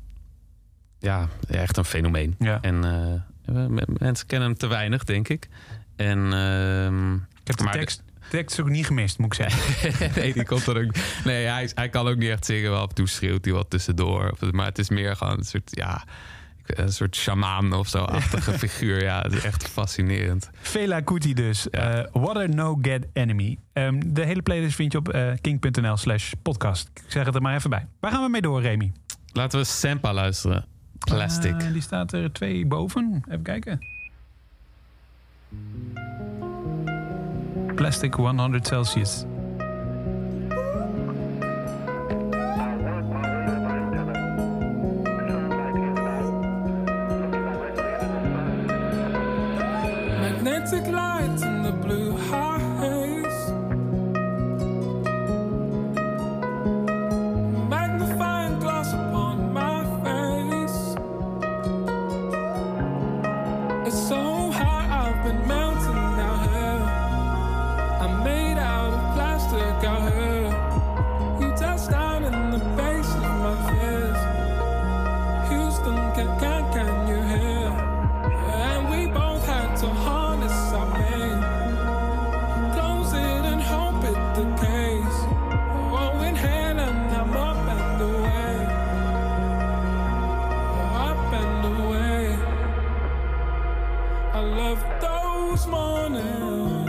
echt een fenomeen. Ja. En mensen kennen hem te weinig, denk ik. En ik heb de tekst ook niet gemist, moet ik zeggen. Nee, die komt er ook. Nee, hij kan ook niet echt zingen. Wel af en toe schreeuwt hij wat tussendoor. Maar het is meer gewoon een soort shamaan of zo-achtige figuur. Ja, het is echt fascinerend. Fela Kuti dus. Ja. What a No Get Enemy. De hele playlist vind je op king.nl/podcast. Ik zeg het er maar even bij. Waar gaan we mee door, Remy? Laten we Sampa luisteren. Plastic. Die staat er 2 boven. Even kijken. Plastic 100 Celsius. Magnetic lights in the blue haze. Magnifying glass upon my face. It's so hot, I've been melting down here. I'm made out of plastic out here. You touched down in the base of my fears. Houston, can you hear? And we both had to harness our pain. Close it and hope it decays. Oh, inhale and I'm up and away. Up and away. I love those mornings.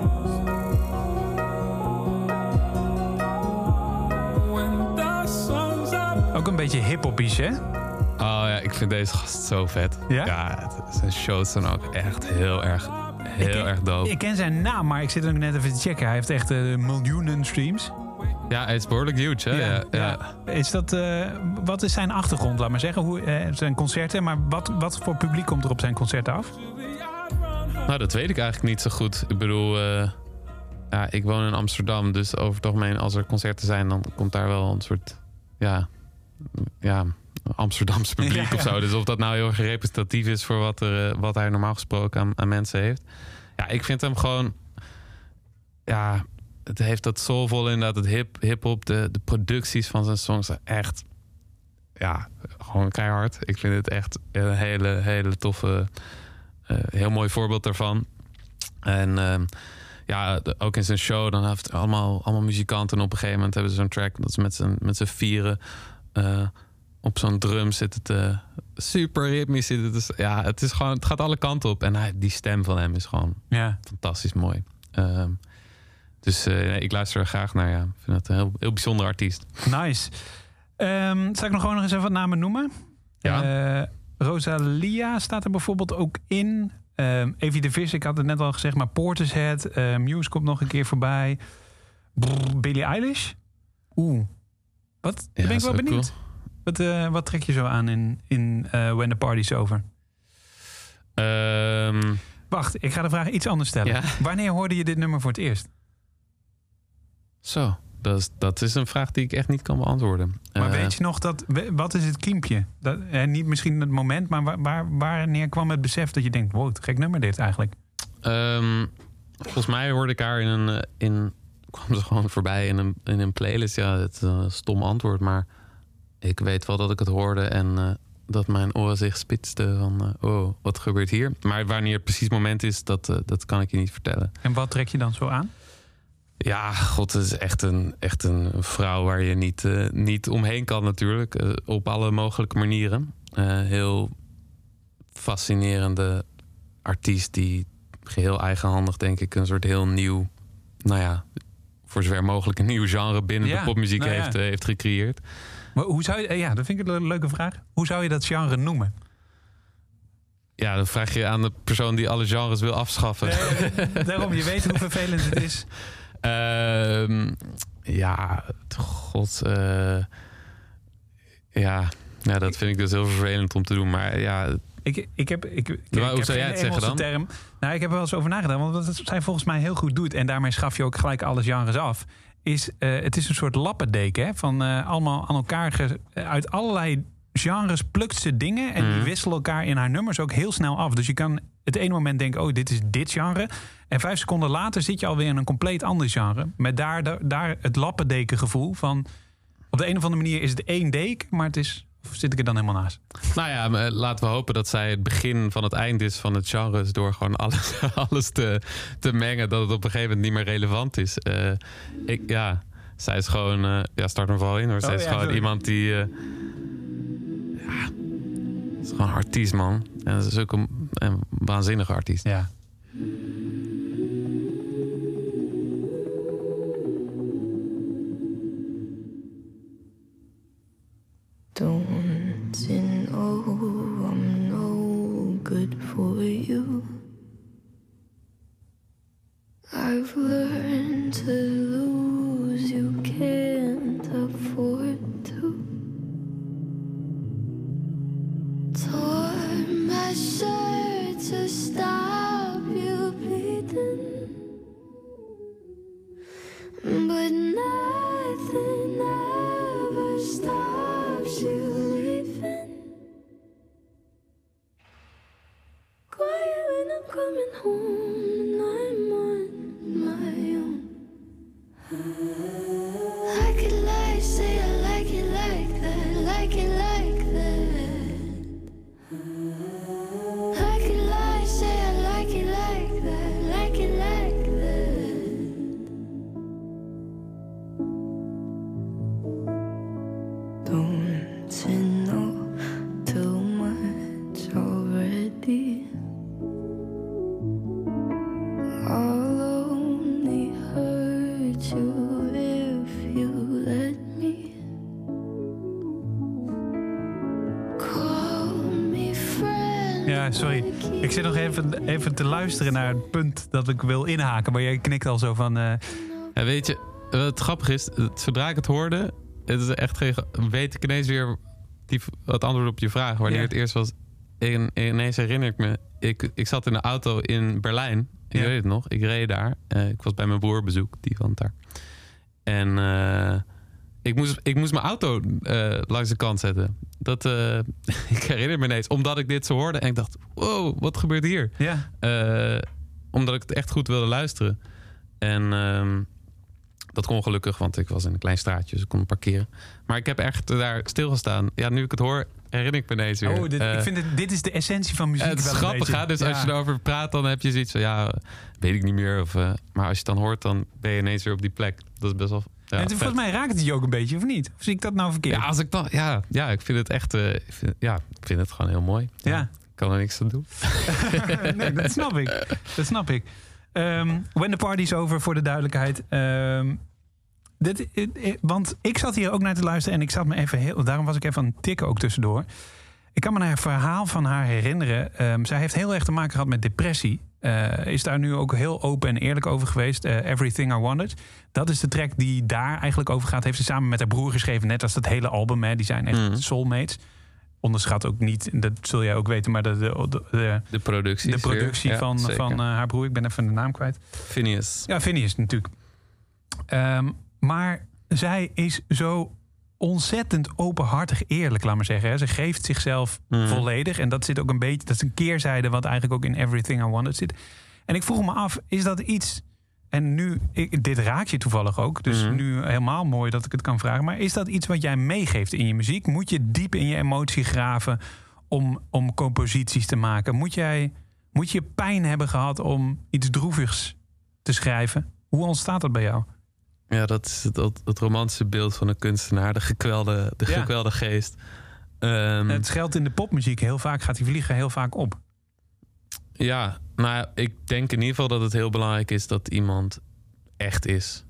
Ook een beetje hip-hoppies, hè? Oh ja, ik vind deze gast zo vet. Ja, zijn shows zijn ook echt heel erg dope. Ik ken zijn naam, maar ik zit er net even te checken. Hij heeft echt miljoenen streams. Ja, hij is behoorlijk huge, hè? Ja. Is dat, wat is zijn achtergrond, laat maar zeggen? Zijn concerten, maar wat voor publiek komt er op zijn concerten af? Nou, dat weet ik eigenlijk niet zo goed. Ik bedoel, ik woon in Amsterdam, dus over het algemeen als er concerten zijn, dan komt daar wel een soort, Amsterdamse publiek of zo. Dus of dat nou heel erg representatief is voor wat hij normaal gesproken aan mensen heeft. Ja, ik vind hem gewoon, het heeft dat soulvol inderdaad, het hip-hop, de producties van zijn songs echt, gewoon keihard. Ik vind het echt een hele toffe, heel mooi voorbeeld daarvan. En ook in zijn show, dan heeft allemaal muzikanten. En op een gegeven moment hebben ze zo'n track dat ze met z'n vieren op zo'n drum zit het super ritmisch. Het gaat alle kanten op. En die stem van hem is gewoon fantastisch mooi. Ik luister er graag naar. Ja. Ik vind het een heel bijzonder artiest. Nice. Zal ik nog gewoon eens even wat namen noemen? Ja. Rosalia staat er bijvoorbeeld ook in. Evie de Vis, ik had het net al gezegd, maar Portishead. Muse komt nog een keer voorbij. Billie Eilish. Wat? Ben ik wel benieuwd. Cool. Wat trek je zo aan in When the Party's Over? Wacht, ik ga de vraag iets anders stellen. Ja? Wanneer hoorde je dit nummer voor het eerst? Zo, dat is een vraag die ik echt niet kan beantwoorden. Maar weet je nog, wat is het kiempje? Niet misschien het moment, maar wanneer kwam het besef dat je denkt, wow, gek nummer dit eigenlijk? Volgens mij hoorde ik haar kwam ze gewoon voorbij in een playlist. Ja, het is een stom antwoord, maar ik weet wel dat ik het hoorde en dat mijn oren zich spitsten van... wat gebeurt hier? Maar wanneer het precies moment is, dat kan ik je niet vertellen. En wat trek je dan zo aan? Ja, god, het is echt een vrouw waar je niet omheen kan natuurlijk. Op alle mogelijke manieren. Heel fascinerende artiest die geheel eigenhandig, denk ik, een soort heel nieuw... nou ja, voor zover mogelijk een nieuw genre binnen de popmuziek heeft gecreëerd. Maar hoe zou je, dat vind ik een leuke vraag. Hoe zou je dat genre noemen? Ja, dan vraag je aan de persoon die alle genres wil afschaffen. Nee, daarom, je weet hoe vervelend het is. Dat vind ik dus heel vervelend om te doen. Maar ja... Hoe zou jij het zeggen dan? Term. Nou, ik heb er wel eens over nagedacht. Want wat zij volgens mij heel goed doet... en daarmee schaf je ook gelijk alle genres af... het is een soort lappendeken. Hè, van allemaal aan elkaar... uit allerlei genres plukt ze dingen... en die wisselen elkaar in haar nummers ook heel snel af. Dus je kan het ene moment denken... dit is dit genre. En 5 seconden later zit je alweer in een compleet ander genre. Met daar het lappendeken gevoel van... op de een of andere manier is het 1 deken... maar het is... Of zit ik er dan helemaal naast? Nou ja, laten we hopen dat zij het begin van het eind is van het genre. Dus door gewoon alles te mengen, dat het op een gegeven moment niet meer relevant is. Zij is gewoon... start er vooral in hoor. Zij is gewoon iemand die... is gewoon een artiest, man. En dat is ook een waanzinnige artiest. Ja. Don't you know I'm no good for you? I've learned to lose, you can't afford to. Tore my shirt to stop you bleeding, but nothing ever stops you leaving. Quiet when I'm coming home and I'm on my own. I could lie, say I like it like that, like it like that. I could lie, say I like it like that, like it like that. Don't you know too much already? I'll only hurt you if you let me. Call me friend. Ja, sorry. Ik zit nog even te luisteren naar het punt dat ik wil inhaken. Maar jij knikt al zo van... Ja, weet je, wat grappig is, zodra ik het hoorde... Het is echt weet ik ineens weer het antwoord op je vraag. Wanneer het eerst was. Ineens herinner ik me. Ik zat in de auto in Berlijn. Ik weet het nog. Ik reed daar. Ik was bij mijn broer op bezoek. Die woont daar. En ik moest mijn auto langs de kant zetten. Ik herinner me ineens. Omdat ik dit zo hoorde. En ik dacht, wow, wat gebeurt hier? Ja. Omdat ik het echt goed wilde luisteren. En... dat kon gelukkig, want ik was in een klein straatje, dus ik kon parkeren. Maar ik heb echt daar stilgestaan. Ja, nu ik het hoor, herinner ik me ineens weer. Ik vind dit is de essentie van muziek. Het is wel grappig, hè? Dus als je erover praat, dan heb je zoiets van... weet ik niet meer. Maar als je het dan hoort, dan ben je ineens weer op die plek. Dat is best wel... Ja, volgens mij raakt het je ook een beetje, of niet? Of zie ik dat nou verkeerd? Ja, als ik dan... Ja, ik vind het echt... ik vind het gewoon heel mooi. Ja. Ik kan er niks aan doen. Nee, dat snap ik. When the Party's Over, voor de duidelijkheid. Want ik zat hier ook naar te luisteren en ik zat me even daarom was ik even aan het tikken ook tussendoor. Ik kan me naar een verhaal van haar herinneren. Zij heeft heel erg te maken gehad met depressie. Is daar nu ook heel open en eerlijk over geweest. Everything I Wanted. Dat is de track die daar eigenlijk over gaat. Heeft ze samen met haar broer geschreven. Net als dat hele album. Hè. Die zijn echt soulmates. Onderschat ook niet, dat zul jij ook weten, maar de productie van haar broer. Ik ben even de naam kwijt. Phineas. Ja, Phineas natuurlijk. Maar zij is zo ontzettend openhartig eerlijk, laat maar zeggen. Hè. Ze geeft zichzelf volledig. En dat zit ook een beetje, dat is een keerzijde wat eigenlijk ook in Everything I Wanted zit. En ik vroeg me af, is dat iets... En nu, dit raakt je toevallig ook. Dus nu helemaal mooi dat ik het kan vragen. Maar is dat iets wat jij meegeeft in je muziek? Moet je diep in je emotie graven om composities te maken? Moet je pijn hebben gehad om iets droevigs te schrijven? Hoe ontstaat dat bij jou? Ja, dat is het romantische beeld van een kunstenaar. De gekwelde geest. Het geldt in de popmuziek heel vaak. Gaat die vliegen heel vaak op. Ja, nou, ik denk in ieder geval dat het heel belangrijk is dat iemand echt is.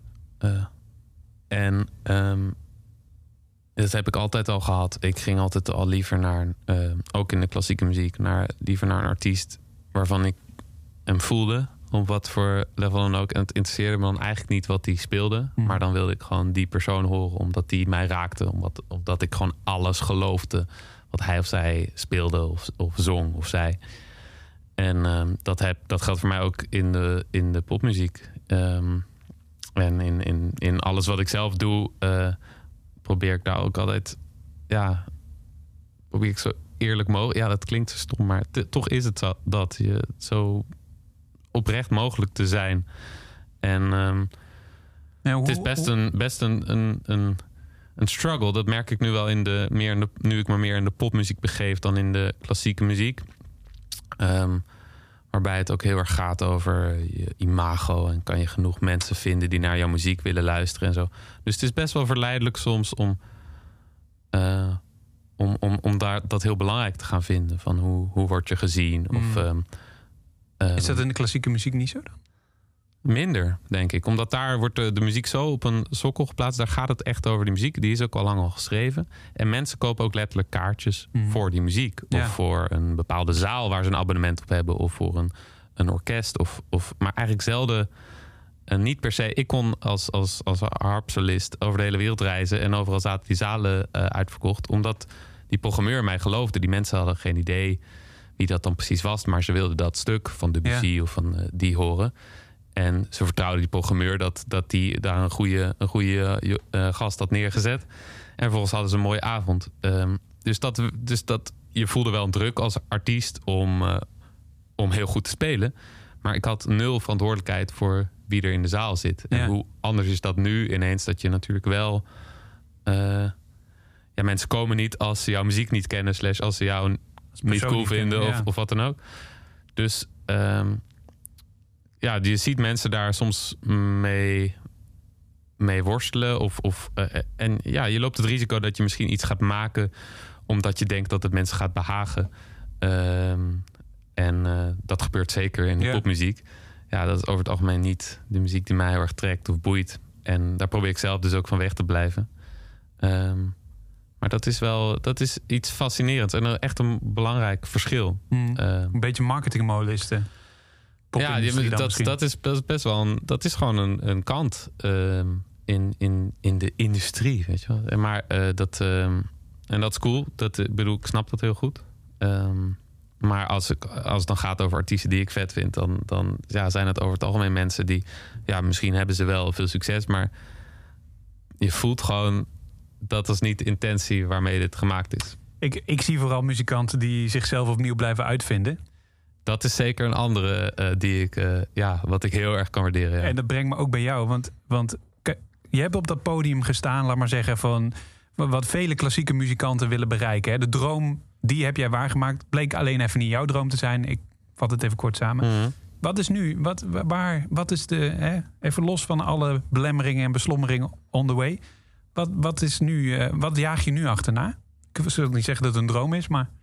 Dat heb ik altijd al gehad. Ik ging altijd al liever naar, ook in de klassieke muziek, liever naar een artiest waarvan ik hem voelde. Op wat voor level dan ook. En het interesseerde me dan eigenlijk niet wat die speelde. Maar dan wilde ik gewoon die persoon horen, omdat die mij raakte. Omdat ik gewoon alles geloofde wat hij of zij speelde of zong of zei. En dat geldt voor mij ook in de popmuziek. En in alles wat ik zelf doe, probeer ik daar ook altijd... Ja, probeer ik zo eerlijk mogelijk... Ja, dat klinkt stom, maar toch is het dat je zo oprecht mogelijk te zijn. En het is best een struggle. Dat merk ik nu wel nu ik me meer in de popmuziek begeef dan in de klassieke muziek. Waarbij het ook heel erg gaat over je imago. En kan je genoeg mensen vinden die naar jouw muziek willen luisteren en zo. Dus het is best wel verleidelijk soms om daar dat heel belangrijk te gaan vinden. Van hoe word je gezien? Of, is dat in de klassieke muziek niet zo dan? Minder, denk ik. Omdat daar wordt de muziek zo op een sokkel geplaatst. Daar gaat het echt over die muziek. Die is ook al lang al geschreven. En mensen kopen ook letterlijk kaartjes voor die muziek. Ja. Of voor een bepaalde zaal waar ze een abonnement op hebben. Of voor een orkest. Maar eigenlijk zelden, niet per se. Ik kon als harpsolist over de hele wereld reizen. En overal zaten die zalen uitverkocht. Omdat die programmeur mij geloofde. Die mensen hadden geen idee wie dat dan precies was. Maar ze wilden dat stuk van Debussy of van die horen. En ze vertrouwden die programmeur dat die daar een goede gast had neergezet. En vervolgens hadden ze een mooie avond. Dus dat je voelde wel een druk als artiest om heel goed te spelen. Maar ik had 0 verantwoordelijkheid voor wie er in de zaal zit. Ja. En hoe anders is dat nu ineens dat je natuurlijk wel... mensen komen niet als ze jouw muziek niet kennen... / als ze jou niet cool vinden of wat dan ook. Dus... je ziet mensen daar soms mee worstelen. En je loopt het risico dat je misschien iets gaat maken... omdat je denkt dat het mensen gaat behagen. Dat gebeurt zeker in de popmuziek. Ja, dat is over het algemeen niet de muziek die mij heel erg trekt of boeit. En daar probeer ik zelf dus ook van weg te blijven. Maar dat is iets fascinerends. En echt een belangrijk verschil. Een beetje marketingmolisten. Ja, dat is best wel dat is gewoon een kant in de industrie, weet je wel. Maar en dat is cool. Ik snap dat heel goed. Maar als het dan gaat over artiesten die ik vet vind, dan zijn het over het algemeen mensen die, misschien hebben ze wel veel succes, maar je voelt gewoon dat is niet de intentie waarmee dit gemaakt is. Ik zie vooral muzikanten die zichzelf opnieuw blijven uitvinden. Dat is zeker een andere die ik, wat ik heel erg kan waarderen. Ja. En dat brengt me ook bij jou. Want je hebt op dat podium gestaan, laat maar zeggen, van wat vele klassieke muzikanten willen bereiken. Hè? De droom, die heb jij waargemaakt. Bleek alleen even niet jouw droom te zijn. Ik vat het even kort samen. Mm-hmm. Wat is nu? Wat is even los van alle belemmeringen en beslommeringen on the way. Wat is nu? Wat jaag je nu achterna? Ik wil niet zeggen dat het een droom is, maar...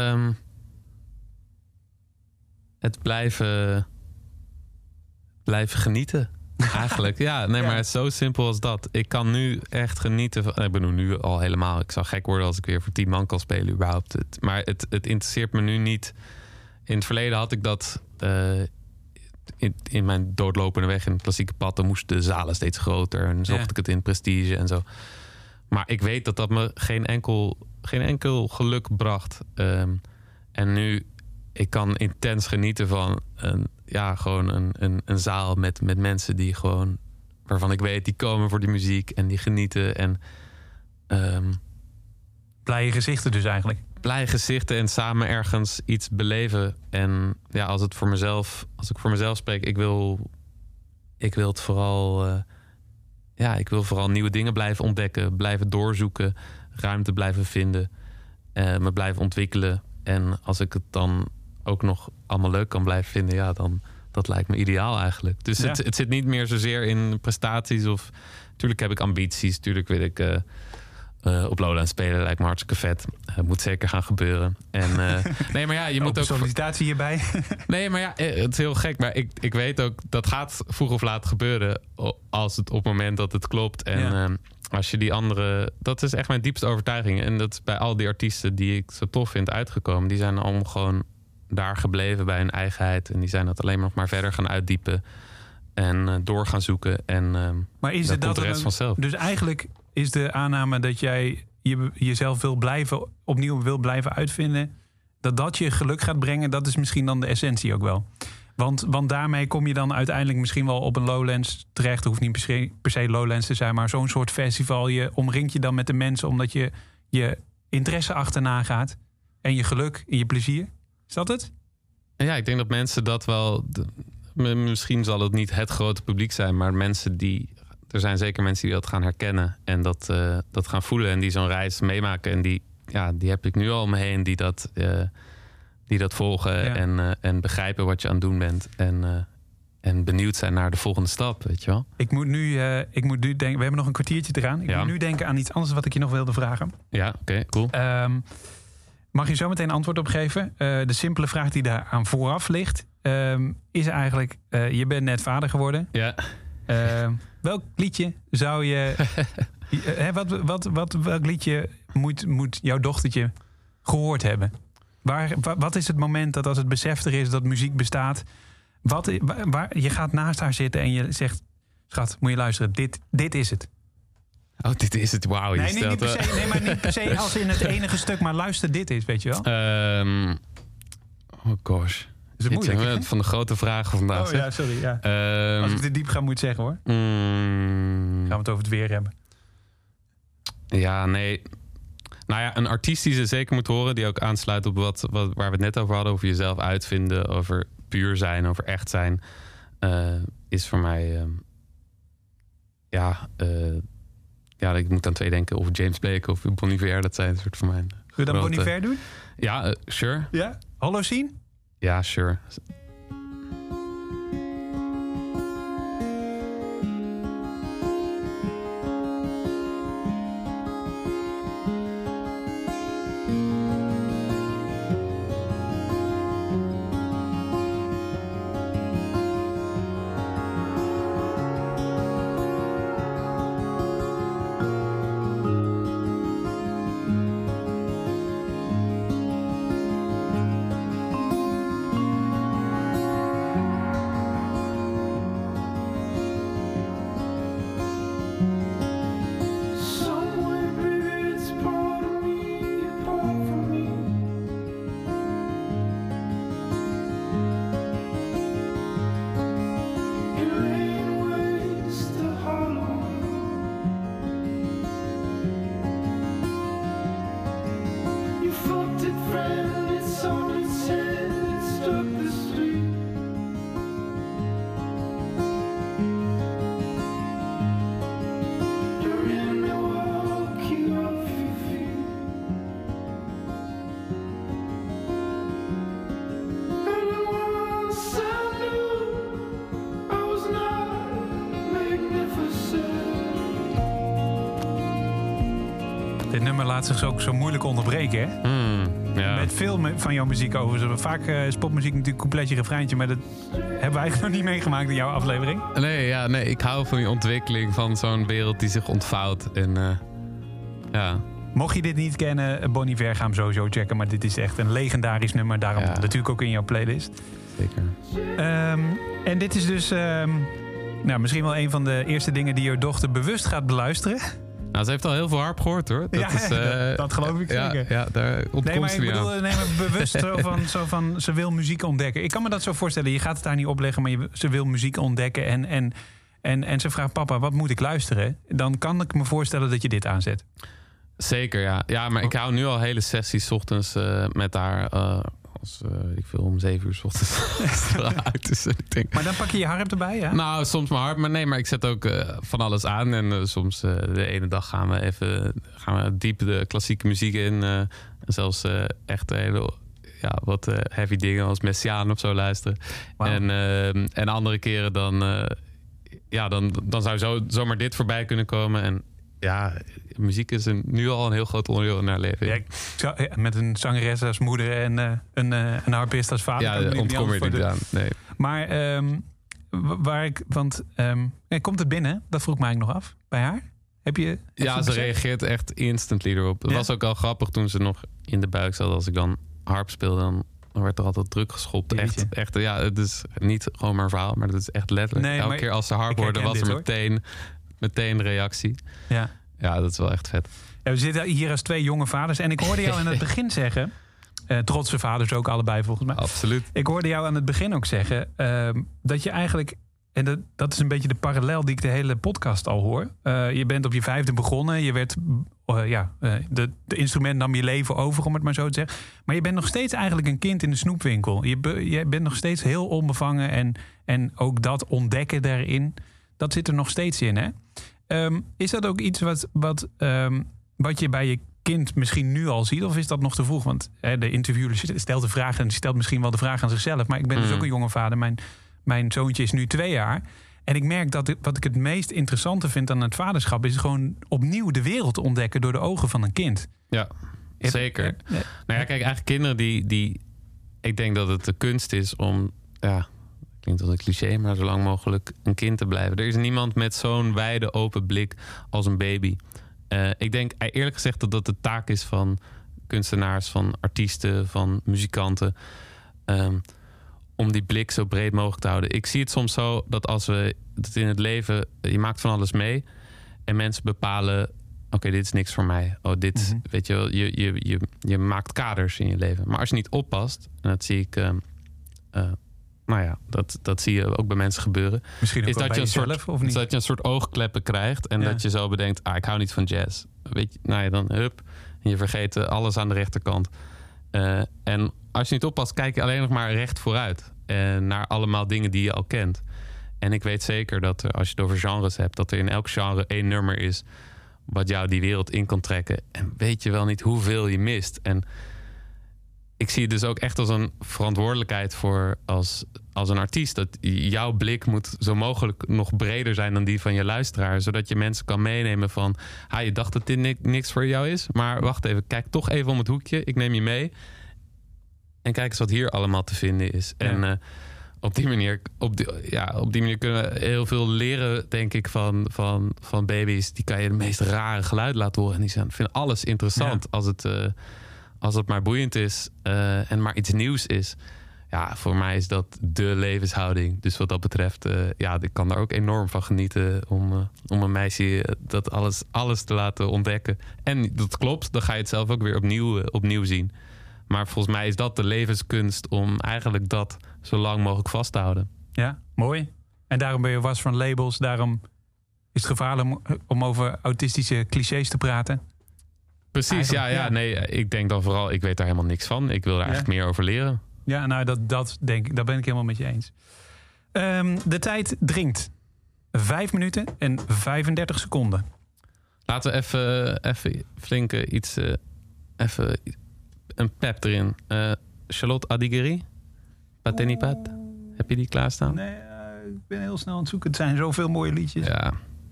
Het blijven genieten, eigenlijk. Maar het is zo simpel als dat. Ik kan nu echt genieten van... Ik bedoel, nu al helemaal... Ik zou gek worden als ik weer voor 10 man kan spelen überhaupt. Maar het interesseert me nu niet. In het verleden had ik dat... in mijn doodlopende weg in het klassieke pad... dan moesten de zalen steeds groter... en zocht ik het in prestige en zo. Maar ik weet dat me geen enkel geluk bracht. En nu... Ik kan intens genieten van een zaal met mensen die gewoon... waarvan ik weet, die komen voor die muziek en die genieten. En, blije gezichten dus eigenlijk. Blije gezichten en samen ergens iets beleven. En als ik voor mezelf spreek, ik wil ik wil het vooral... ik wil vooral nieuwe dingen blijven ontdekken. Blijven doorzoeken. Ruimte blijven vinden. Me blijven ontwikkelen. En als ik het dan ook nog allemaal leuk kan blijven vinden... ja, dan dat lijkt me ideaal eigenlijk. Dus het zit niet meer zozeer in prestaties of... Tuurlijk heb ik ambities. Tuurlijk wil ik op Lowlands spelen. Lijkt me hartstikke vet. Moet zeker gaan gebeuren. En, nee, maar ja, je moet ook... sollicitatie hierbij. Nee, maar ja, het is heel gek. Maar ik weet ook, dat gaat vroeg of laat gebeuren... als het op het moment dat het klopt. En als je die andere... Dat is echt mijn diepste overtuiging. En dat is bij al die artiesten die ik zo tof vind uitgekomen. Die zijn allemaal gewoon daar gebleven bij hun eigenheid. En die zijn dat alleen nog maar verder gaan uitdiepen. En door gaan zoeken. En maar is het dat de rest vanzelf. Dus eigenlijk is de aanname dat jij jezelf opnieuw wil blijven uitvinden... dat je geluk gaat brengen, dat is misschien dan de essentie ook wel. Want daarmee kom je dan uiteindelijk misschien wel op een Lowlands terecht. Het hoeft niet per se Lowlands te zijn, maar zo'n soort festival. Je omringt je dan met de mensen omdat je interesse achterna gaat. En je geluk en je plezier. Is dat het? Ja, ik denk dat mensen dat wel... Misschien zal het niet het grote publiek zijn, maar mensen die... Er zijn zeker mensen die dat gaan herkennen en dat gaan voelen en die zo'n reis meemaken. En die heb ik nu al om me heen die dat volgen en begrijpen wat je aan het doen bent. En benieuwd zijn naar de volgende stap, weet je wel. Ik moet nu denken, we hebben nog een kwartiertje te gaan. Ik moet nu denken aan iets anders wat ik je nog wilde vragen. Ja, oké, cool. Mag je zo meteen antwoord op geven? De simpele vraag die daar aan vooraf ligt... is eigenlijk, je bent net vader geworden. Ja. Welk liedje zou je... welk liedje moet jouw dochtertje gehoord hebben? Wat is het moment dat als het besef er is dat muziek bestaat... je gaat naast haar zitten en je zegt... Schat, moet je luisteren, dit is het. Oh, dit is het, wauw. Maar niet per se als in het enige stuk, maar luister, dit is, weet je wel? Oh gosh. Is het moeilijk? Van de grote vragen vandaag. Oh ja, sorry. Ja. Als ik te diep ga, moet ik zeggen hoor. Gaan we het over het weer hebben. Ja, nee. Nou ja, een artiest die ze zeker moet horen... die ook aansluit op waar we het net over hadden... over jezelf uitvinden, over puur zijn, over echt zijn... is voor mij... ik moet aan twee denken. Of James Blake of Bon Iver. Dat zijn een soort van mijn... Wil je dan Bon Iver doen? Ja, sure. Ja? Holocene? Ja, sure. Dit nummer laat zich ook zo moeilijk onderbreken, hè? Ja. Met veel van jouw muziek over. Vaak is popmuziek natuurlijk coupletje, refreintje... maar dat hebben we eigenlijk nog niet meegemaakt in jouw aflevering. Nee, ik hou van die ontwikkeling van zo'n wereld die zich ontvouwt. En Mocht je dit niet kennen, Bon Iver, ga hem sowieso checken... maar dit is echt een legendarisch nummer. Daarom natuurlijk ook in jouw playlist. Zeker. En dit is dus misschien wel een van de eerste dingen... die jouw dochter bewust gaat beluisteren... Nou, ze heeft al heel veel harp gehoord, hoor. Dat geloof ik zeker. Ja, daar ontkomt ze weer aan. Bewust zo van, ze wil muziek ontdekken. Ik kan me dat zo voorstellen. Je gaat het daar niet opleggen, maar ze wil muziek ontdekken. En ze vraagt, papa, wat moet ik luisteren? Dan kan ik me voorstellen dat je dit aanzet. Zeker, ja. Ja, maar ik hou nu al hele sessies 's ochtends met haar... Als ik veel om 7 uur 's ochtends uit. Dus ik denk, Maar dan pak je harp erbij, ja? nou, soms mijn harp. Maar ik zet ook van alles aan. En soms de ene dag gaan we diep de klassieke muziek in. Zelfs echt hele wat heavy dingen als Messiaen of zo luisteren. Wow. En andere keren dan zou zomaar dit voorbij kunnen komen. En ja, muziek is nu al een heel groot onderdeel in haar leven. Ja, met een zangeres als moeder en een harpist als vader. Ja, ontkom je niet aan. Nee. Maar komt het binnen? Dat vroeg ik me eigenlijk nog af. Bij haar? Ze reageert echt instantly erop. Het was ook al grappig toen ze nog in de buik zat. Als ik dan harp speelde, dan werd er altijd druk geschopt. Echt, het is niet gewoon maar een verhaal, maar dat is echt letterlijk. Nee, elke keer als ze harp hoorde, was er meteen reactie. Ja, dat is wel echt vet. Ja, we zitten hier als 2 jonge vaders. En ik hoorde jou in het begin zeggen... trotse vaders ook allebei volgens mij. Absoluut. Ik hoorde jou aan het begin ook zeggen... dat je eigenlijk... En dat is een beetje de parallel die ik de hele podcast al hoor. Je bent op je 5e begonnen. Je werd... de instrument nam je leven over, om het maar zo te zeggen. Maar je bent nog steeds eigenlijk een kind in de snoepwinkel. Je bent nog steeds heel onbevangen. En ook dat ontdekken daarin... dat zit er nog steeds in, hè? Is dat ook iets wat je bij je kind misschien nu al ziet? Of is dat nog te vroeg? Want de interviewer stelt de vraag... en stelt misschien wel de vraag aan zichzelf. Maar ik ben dus ook een jonge vader. Mijn zoontje is nu 2 jaar. En ik merk dat wat ik het meest interessante vind aan het vaderschap... is gewoon opnieuw de wereld te ontdekken door de ogen van een kind. Ja, zeker. Nou ja, kijk, eigenlijk kinderen die... Ik denk dat het de kunst is om... klinkt als een cliché, maar zo lang mogelijk een kind te blijven. Er is niemand met zo'n wijde open blik als een baby. Ik denk eerlijk gezegd dat de taak is van kunstenaars, van artiesten, van muzikanten... om die blik zo breed mogelijk te houden. Ik zie het soms zo dat als we dat in het leven... je maakt van alles mee en mensen bepalen... oké, dit is niks voor mij. Oh, dit, weet je wel, je maakt kaders in je leven. Maar als je niet oppast, en dat zie ik... dat zie je ook bij mensen gebeuren. Misschien ook is dat je of niet? Is dat je een soort oogkleppen krijgt... en dat je zo bedenkt, ik hou niet van jazz. Weet je, dan hup. En je vergeet alles aan de rechterkant. En als je niet oppast, kijk je alleen nog maar recht vooruit. Naar allemaal dingen die je al kent. En ik weet zeker dat er, als je het over genres hebt... dat er in elk genre 1 nummer is... wat jou die wereld in kan trekken. En weet je wel niet hoeveel je mist. En ik zie het dus ook echt als een verantwoordelijkheid voor als een artiest. Dat jouw blik moet zo mogelijk nog breder zijn dan die van je luisteraar. Zodat je mensen kan meenemen van... je dacht dat dit niks voor jou is. Maar wacht even, kijk toch even om het hoekje. Ik neem je mee. En kijk eens wat hier allemaal te vinden is. Ja. En op die manier kunnen we heel veel leren, denk ik, van baby's. Die kan je het meest rare geluid laten horen. En die vinden alles interessant als het maar boeiend is en maar iets nieuws is. Ja, voor mij is dat de levenshouding. Dus wat dat betreft, ik kan daar ook enorm van genieten... om een meisje dat alles te laten ontdekken. En dat klopt, dan ga je het zelf ook weer opnieuw zien. Maar volgens mij is dat de levenskunst... om eigenlijk dat zo lang mogelijk vast te houden. Ja, mooi. En daarom ben je was van labels. Daarom is het gevaarlijk om over autistische clichés te praten. Precies, nee, ik denk dan vooral... ik weet daar helemaal niks van. Ik wil daar eigenlijk meer over leren. Ja, nou, dat denk ik. Daar ben ik helemaal met je eens. De tijd dringt. 5 minuten en 35 seconden. Laten we even flink iets... even een pep erin. Charlotte Adigéry. Patenipat. Heb je die klaarstaan? Nee, ik ben heel snel aan het zoeken. Het zijn zoveel mooie liedjes. Ja.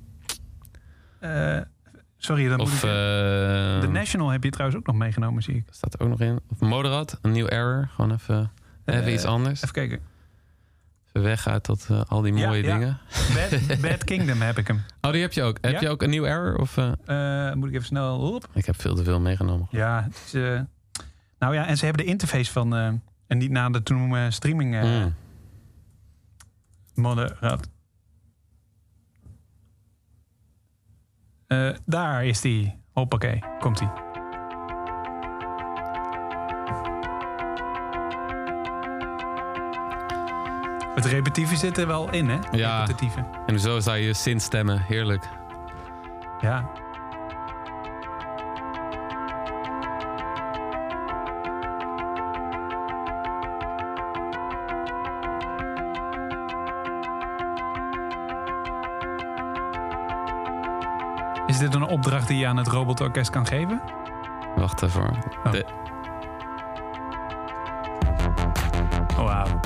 Sorry, dan moet ik... The National heb je trouwens ook nog meegenomen, zie ik. Staat er ook nog in. Of Moderat, een New Error. Gewoon even iets anders. Even kijken. Even weg uit al die mooie dingen. Bad Kingdom heb ik hem. Oh, die heb je ook. Heb je ook een New Error? Of, moet ik even snel op? Ik heb veel te veel meegenomen. Ja, het is... nou ja, en ze hebben de interface van... en niet na de te noemen streaming... Moderat. Daar is die. Hoppakee, komt die. Het repetitieve zit er wel in, hè? Ja, repetitieve. En zo zou je zin stemmen. Heerlijk. Ja. Is dit een opdracht die je aan het robotorkest kan geven? Wacht even. Oh. Oh, wauw.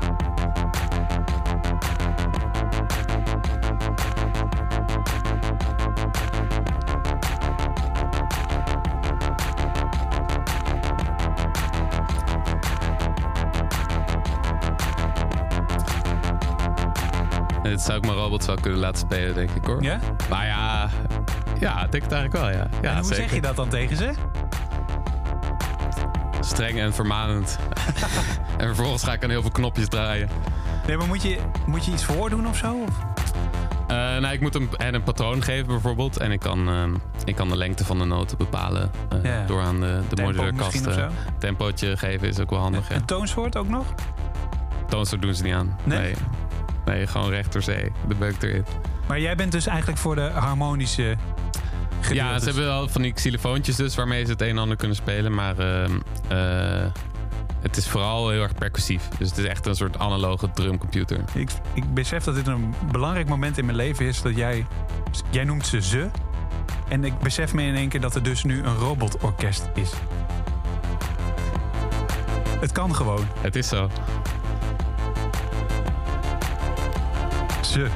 Dit zou ik mijn robot wel kunnen laten spelen, denk ik hoor. Ja? Maar ja, ik denk het eigenlijk wel, ja. Ja, En hoe zeker. zeg je dat dan tegen ze? Streng en vermanend. En vervolgens ga ik aan heel veel knopjes draaien. Nee, maar moet je iets voordoen of zo? Of? Nou, ik moet een patroon geven bijvoorbeeld. En ik kan de lengte van de noten bepalen door aan de modulaire misschien kast of zo? tempootje geven is ook wel handig. Ja. Een toonsoort ook nog? Toonsoort doen ze niet aan. Nee, gewoon recht door zee. De beuk erin. Maar jij bent dus eigenlijk voor de harmonische gedeeltes. Ja, ze hebben wel van die xylofoontjes dus waarmee ze het een en ander kunnen spelen. Maar het is vooral heel erg percussief. Dus het is echt een soort analoge drumcomputer. Ik besef dat dit een belangrijk moment in mijn leven is. Dat jij noemt ze. En ik besef me in één keer dat er dus nu een robotorkest is. Het kan gewoon. Het is zo. Ze.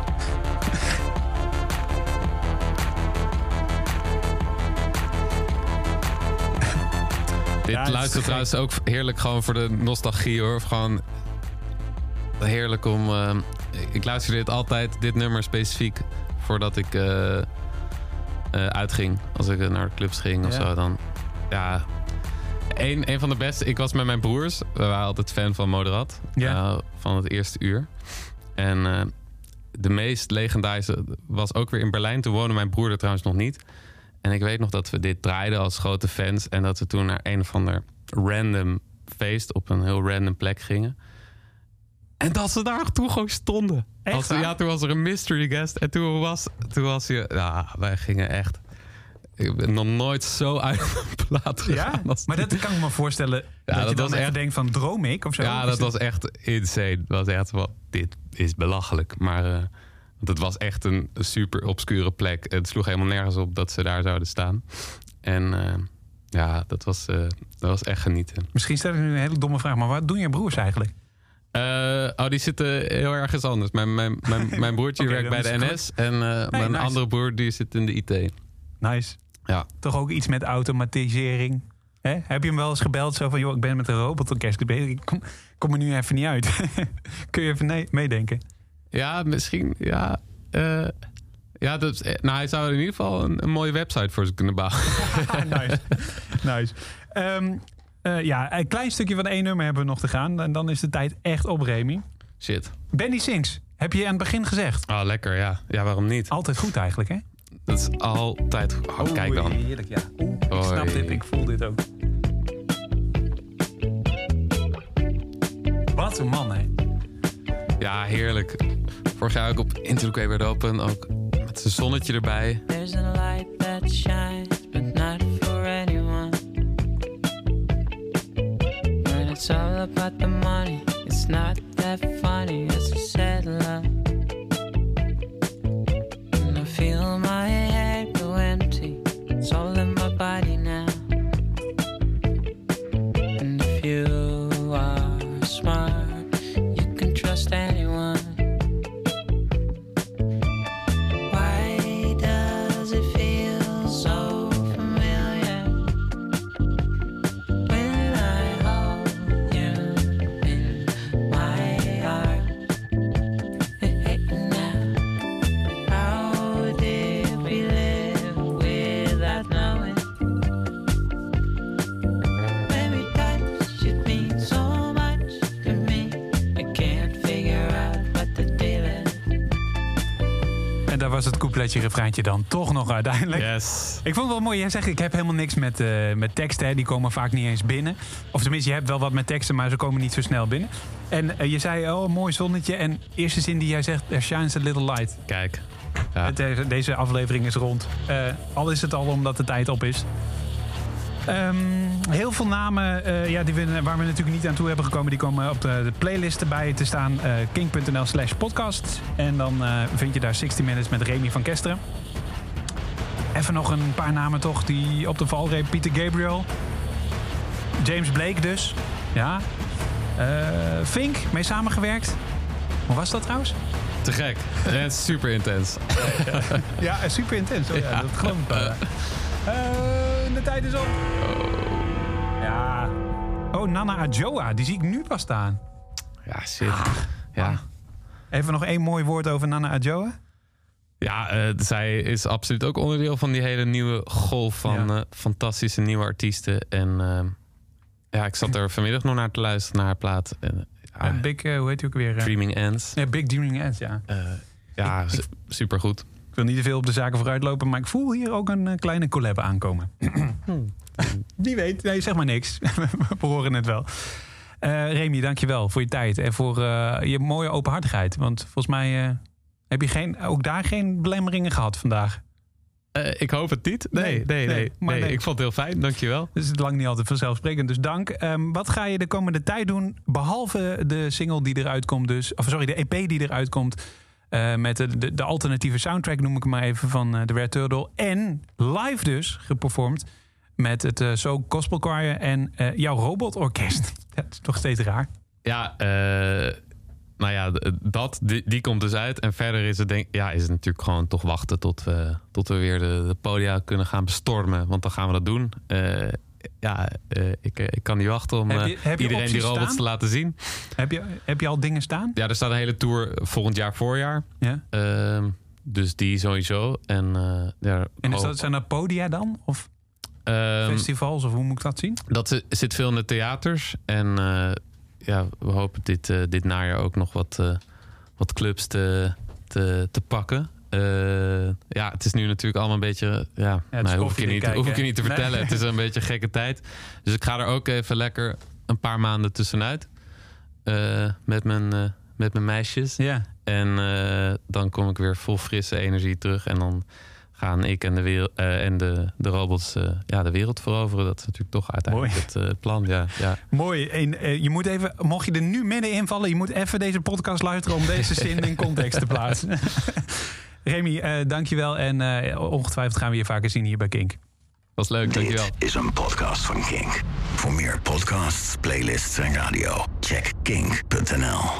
Dit Ja, het is luistert trouwens ook heerlijk gewoon voor de nostalgie hoor. Of gewoon heerlijk om... ik luisterde dit altijd, dit nummer specifiek, voordat ik uitging. Als ik naar de clubs ging of zo. Dan, ja, een van de beste... Ik was met mijn broers. We waren altijd fan van Moderat. Ja. Van het eerste uur. En de meest legendarische was ook weer in Berlijn. Toen woonde mijn broer er trouwens nog niet. En ik weet nog dat we dit draaiden als grote fans. En dat we toen naar een of ander random feest op een heel random plek gingen. En dat ze daar toen gewoon stonden. Echt, Toen was er een mystery guest. En toen was je... Ja, wij gingen echt... Ik ben nog nooit zo uit mijn plaat gegaan. Ja? Maar dat kan ik me voorstellen. Dat je dan even denkt van droom ik of zo. Ja, dat was echt insane. Het was echt van, dit is belachelijk. Maar want het was echt een super obscure plek. Het sloeg helemaal nergens op dat ze daar zouden staan. En dat was echt genieten. Misschien stel ik nu een hele domme vraag. Maar wat doen je broers eigenlijk? Die zitten heel ergens anders. Mijn broertje Oké, werkt bij dan de is het NS. En mijn nice. andere broer die zit in de IT. Nice. Ja. Toch ook iets met automatisering. Hè? Heb je hem wel eens gebeld zo van... joh, ik ben met een robotorkest bezig. Ik kom er nu even niet uit. Kun je even meedenken? Ja, misschien. Ja, hij zou in ieder geval een mooie website voor ze kunnen bouwen. Nice. Een klein stukje van 1 nummer hebben we nog te gaan. En dan is de tijd echt op, Remy. Shit. Benny Sings. Heb je aan het begin gezegd. Oh, lekker, ja. Ja, waarom niet? Altijd goed eigenlijk, hè? Dat is altijd... Oh, kijk dan. Heerlijk, ja. Ik snap dit, ik voel dit ook. Wat een man, hè? Ja, heerlijk. Vorig jaar ook op Into the Quaver Open. Ook met zijn zonnetje erbij. There's a light that shines, but not for anyone. When it's all about the money, it's not that funny as a settler. And I feel my head go empty, it's all in my body now. And if you are smart, you can trust anyone. Why does it feel so familiar when I hold you in my arms? Hey, now, how did we live without knowing? When we touch, it means so much to me. I can't figure out what the deal is. En daar was het coupletje, refreintje dan toch nog uiteindelijk. Yes. Ik vond het wel mooi. Jij zegt, ik heb helemaal niks met teksten. Hè. Die komen vaak niet eens binnen. Of tenminste, je hebt wel wat met teksten, maar ze komen niet zo snel binnen. En je zei, oh, mooi zonnetje. En eerste zin die jij zegt, there shines a little light. Kijk. Ja. Deze aflevering is rond. Al is het al omdat de tijd op is. Heel veel namen waar we natuurlijk niet aan toe hebben gekomen... die komen op de playlist erbij te staan. King.nl/podcast. En dan vind je daar 60 Minutes met Remy van Kesteren. Even nog een paar namen toch die op de valreep. Peter Gabriel. James Blake dus. Ja. Fink, mee samengewerkt. Hoe was dat trouwens? Te gek. En het is super intens. Ja, super intens. Oh, ja, dat geloof ik wel. De tijd is op. Ja. Oh, Nana Adjoa. Die zie ik nu pas staan. Ja, shit. Ja. Even nog 1 mooi woord over Nana Adjoa. Ja, zij is absoluut ook onderdeel van die hele nieuwe golf van fantastische nieuwe artiesten. En ik zat er vanmiddag nog naar te luisteren, naar haar plaat. Big, hoe heet die ook weer? Dreaming Ends. Ja, Big Dreaming Ends, ja. Supergoed. Ik wil niet te veel op de zaken vooruitlopen, maar ik voel hier ook een kleine collab aankomen. Wie weet, nee, zeg maar niks. We horen het wel. Remy, dankjewel voor je tijd en voor je mooie openhartigheid. Want volgens mij heb je ook daar geen belemmeringen gehad vandaag. Ik hoop het niet. Nee. Ik vond het heel fijn, dankjewel. Dat is lang niet altijd vanzelfsprekend, dus dank. Wat ga je de komende tijd doen, behalve de single die eruit komt dus... de EP die eruit komt... met de alternatieve soundtrack, noem ik hem maar even, van The Red Turtle. En live dus geperformd met het Soul Gospel Choir en jouw robotorkest. Dat is nog steeds raar. Ja, die komt dus uit. En verder is het, is het natuurlijk gewoon toch wachten tot we weer de podia kunnen gaan bestormen. Want dan gaan we dat doen. Ik kan niet wachten om iedereen die robots te laten zien. Heb je al dingen staan? Ja, er staat een hele tour volgend jaar voorjaar. Ja. Dus die sowieso. En zijn dat podia dan? Of festivals? Of hoe moet ik dat zien? Dat zit veel in de theaters. En we hopen dit najaar ook nog wat clubs te pakken. Het is nu natuurlijk allemaal een beetje... hoef ik je niet te vertellen. Nee. Het is een beetje een gekke tijd. Dus ik ga er ook even lekker een paar maanden tussenuit. Met mijn meisjes. Ja. En dan kom ik weer vol frisse energie terug. En dan gaan ik en de robots de wereld veroveren. Dat is natuurlijk toch uiteindelijk het plan. Ja. Mooi. En, je moet even, mocht je er nu midden invallen... je moet even deze podcast luisteren om deze zin in context te plaatsen. Remy, dankjewel. En ongetwijfeld gaan we je vaker zien hier bij Kink. Was leuk, dankjewel. Dit is een podcast van Kink. Voor meer podcasts, playlists en radio, check kink.nl.